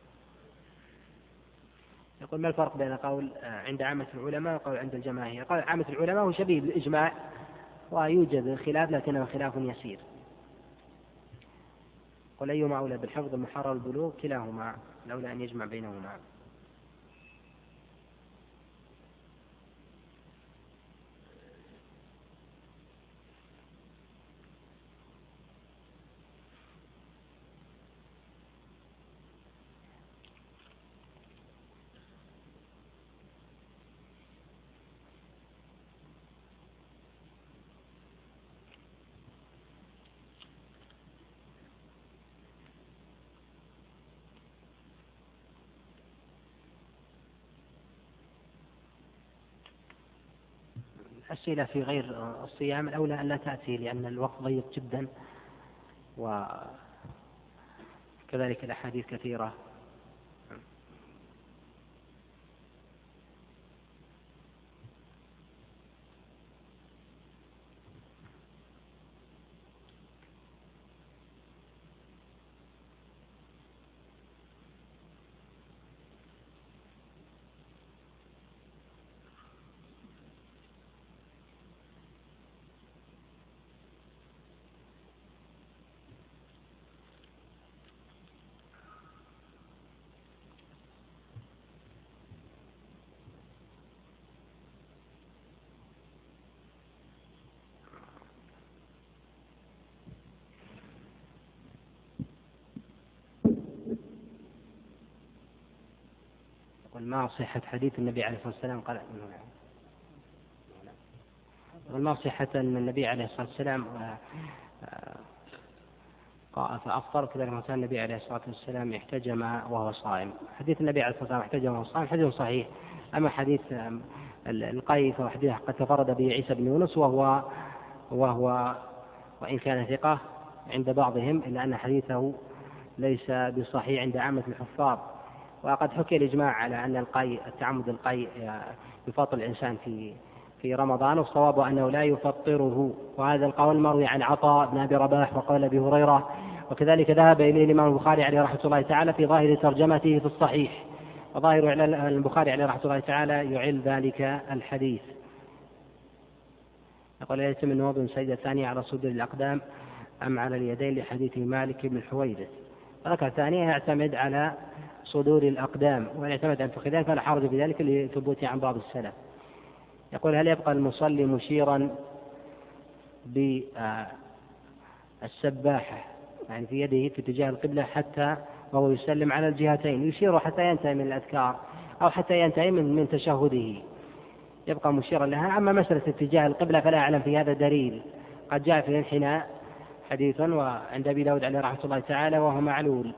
يقول ما الفرق بين قول عند عامة العلماء وقول عند الجماهير؟ قول عامة العلماء هو شبيه بالإجماع ويوجد خلاف لكنه خلاف يسير. قل أيهما أولى بالحفظ المحرر البلوغ؟ كلاهما لولا أن يجمع بينهما. الأسئلة في غير الصيام الأولى أن لا تأتي لأن الوقت ضيق جدا وكذلك الأحاديث كثيرة. ما صحة حديث النبي عليه الصلاة والسلام قال ما صحة أن النبي عليه الصلاة والسلام قال فأفطر كذلك كان النبي عليه الصلاة والسلام احتجم وهو صائم. حديث النبي عليه الصلاة والسلام احتجم وهو صائم حديث صحيح. أما حديث القي فهو حديث قد تفرد به عيسى بن يونس وهو وهو وإن كان ثقة عند بعضهم إلا أن حديثه ليس بصحيح عند عامة الحفاظ. وقد حكي الإجماع على أن القي التعمد القي يفطر الإنسان في في رمضان والصواب أنه لا يفطره. وهذا القول مروي عن عطاء بن أبي رباح وقال أبي هريرة وكذلك ذهب إليه الإمام البخاري عليه رحمة الله تعالى في ظاهر ترجمته في الصحيح. وظاهر البخاري عليه رحمة الله تعالى يعل ذلك الحديث. يقول يتم الوضع سيدة ثانية على صدر الأقدام أم على اليدين لحديث مالك بن الحويرث. الركعة الثانية يعتمد على صدور الأقدام ولا يعتمد عن فخذان فلا حرج في ذلك لثبوته عن بعض السلف. يقول هل يبقى المصلي مشيرا بالسباحة يعني في يده في اتجاه القبلة حتى وهو يسلم على الجهتين يشير حتى ينتهي من الأذكار أو حتى ينتهي من, من تشهده يبقى مشيرا لها؟ أما مسألة اتجاه القبلة فلا أعلم في هذا دليل. قد جاء في الانحناء حديث وعند أبي داود عليه رحمة الله تعالى وهو معلول.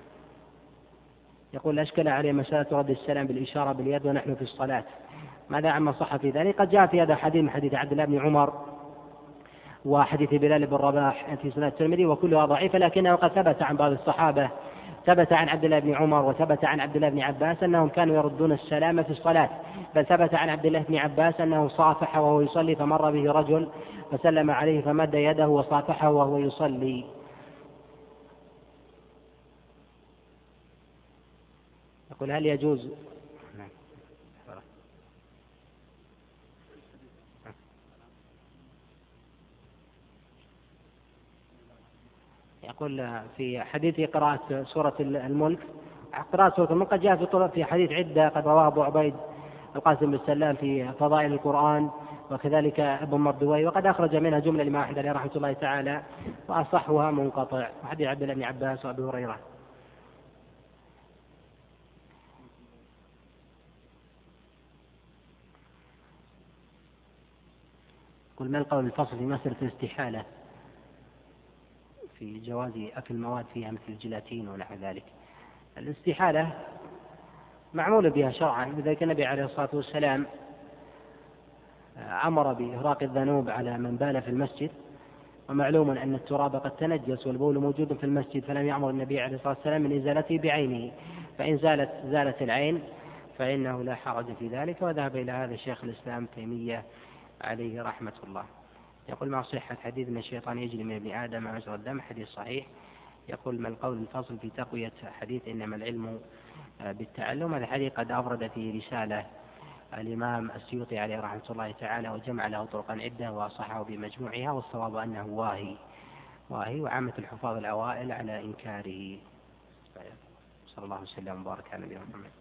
يقول أشكل عليه مسألة رد السلام بالإشارة باليد ونحن في الصلاة ماذا عما صح في ذلك؟ قد جاء في هذا الحديث من حديث عبد الله بن عمر وحديث بلال بن رباح في سنة الترمذي وكلها ضعيفة لكنه قد ثبت عن بعض الصحابة ثبت عن عبد الله بن عمر وثبت عن عبد الله بن عباس أنهم كانوا يردون السلام في الصلاة. بل ثبت عن عبد الله بن عباس أنه صافح وهو يصلي فمر به رجل فسلم عليه فمد يده وصافحه وهو يصلي. يقول هل يجوز يقول في حديث قراءة سورة الملك قراءة سورة الملك قد جاء في حديث عدة قد رواه أبو عبيد القاسم بن سلام في فضائل القرآن وكذلك ابن مردوي وقد أخرج منها جملة لما أحد عليه رحمة الله تعالى وأصحها منقطع وحديث عبد الله بن عباس وأبي هريرة. قل ما القول الفصل في مسألة الاستحالة في جواز أكل مواد فيها مثل الجيلاتين ونحو ذلك. الاستحالة معمول بها شرعا، لذلك النبي عليه الصلاة والسلام أمر بإهراق الذنوب على من بال في المسجد، ومعلوم أن التراب قد تنجس والبول موجود في المسجد، فلم يأمر النبي عليه الصلاة والسلام من إزالته بعينه، فإن زالت زالت العين فإنه لا حرج في ذلك. وذهب إلى هذا الشيخ الإسلام تيمية عليه رحمة الله. يقول مع صحة حديث أن الشيطان يجري من ابن آدم مجرى الدم، حديث صحيح. يقول ما القول الفاصل في تقوية حديث إنما العلم بالتعلم؟ هذا الحديث قد أفرد في رسالة الإمام السيوطي عليه رحمة الله تعالى، وجمع له طرقا عدة وصححه بمجموعها، والصواب أنه واهي واهي وعامة الحفاظ الأوائل على إنكاره. صلى الله وسلم وبارك على نبينا محمد.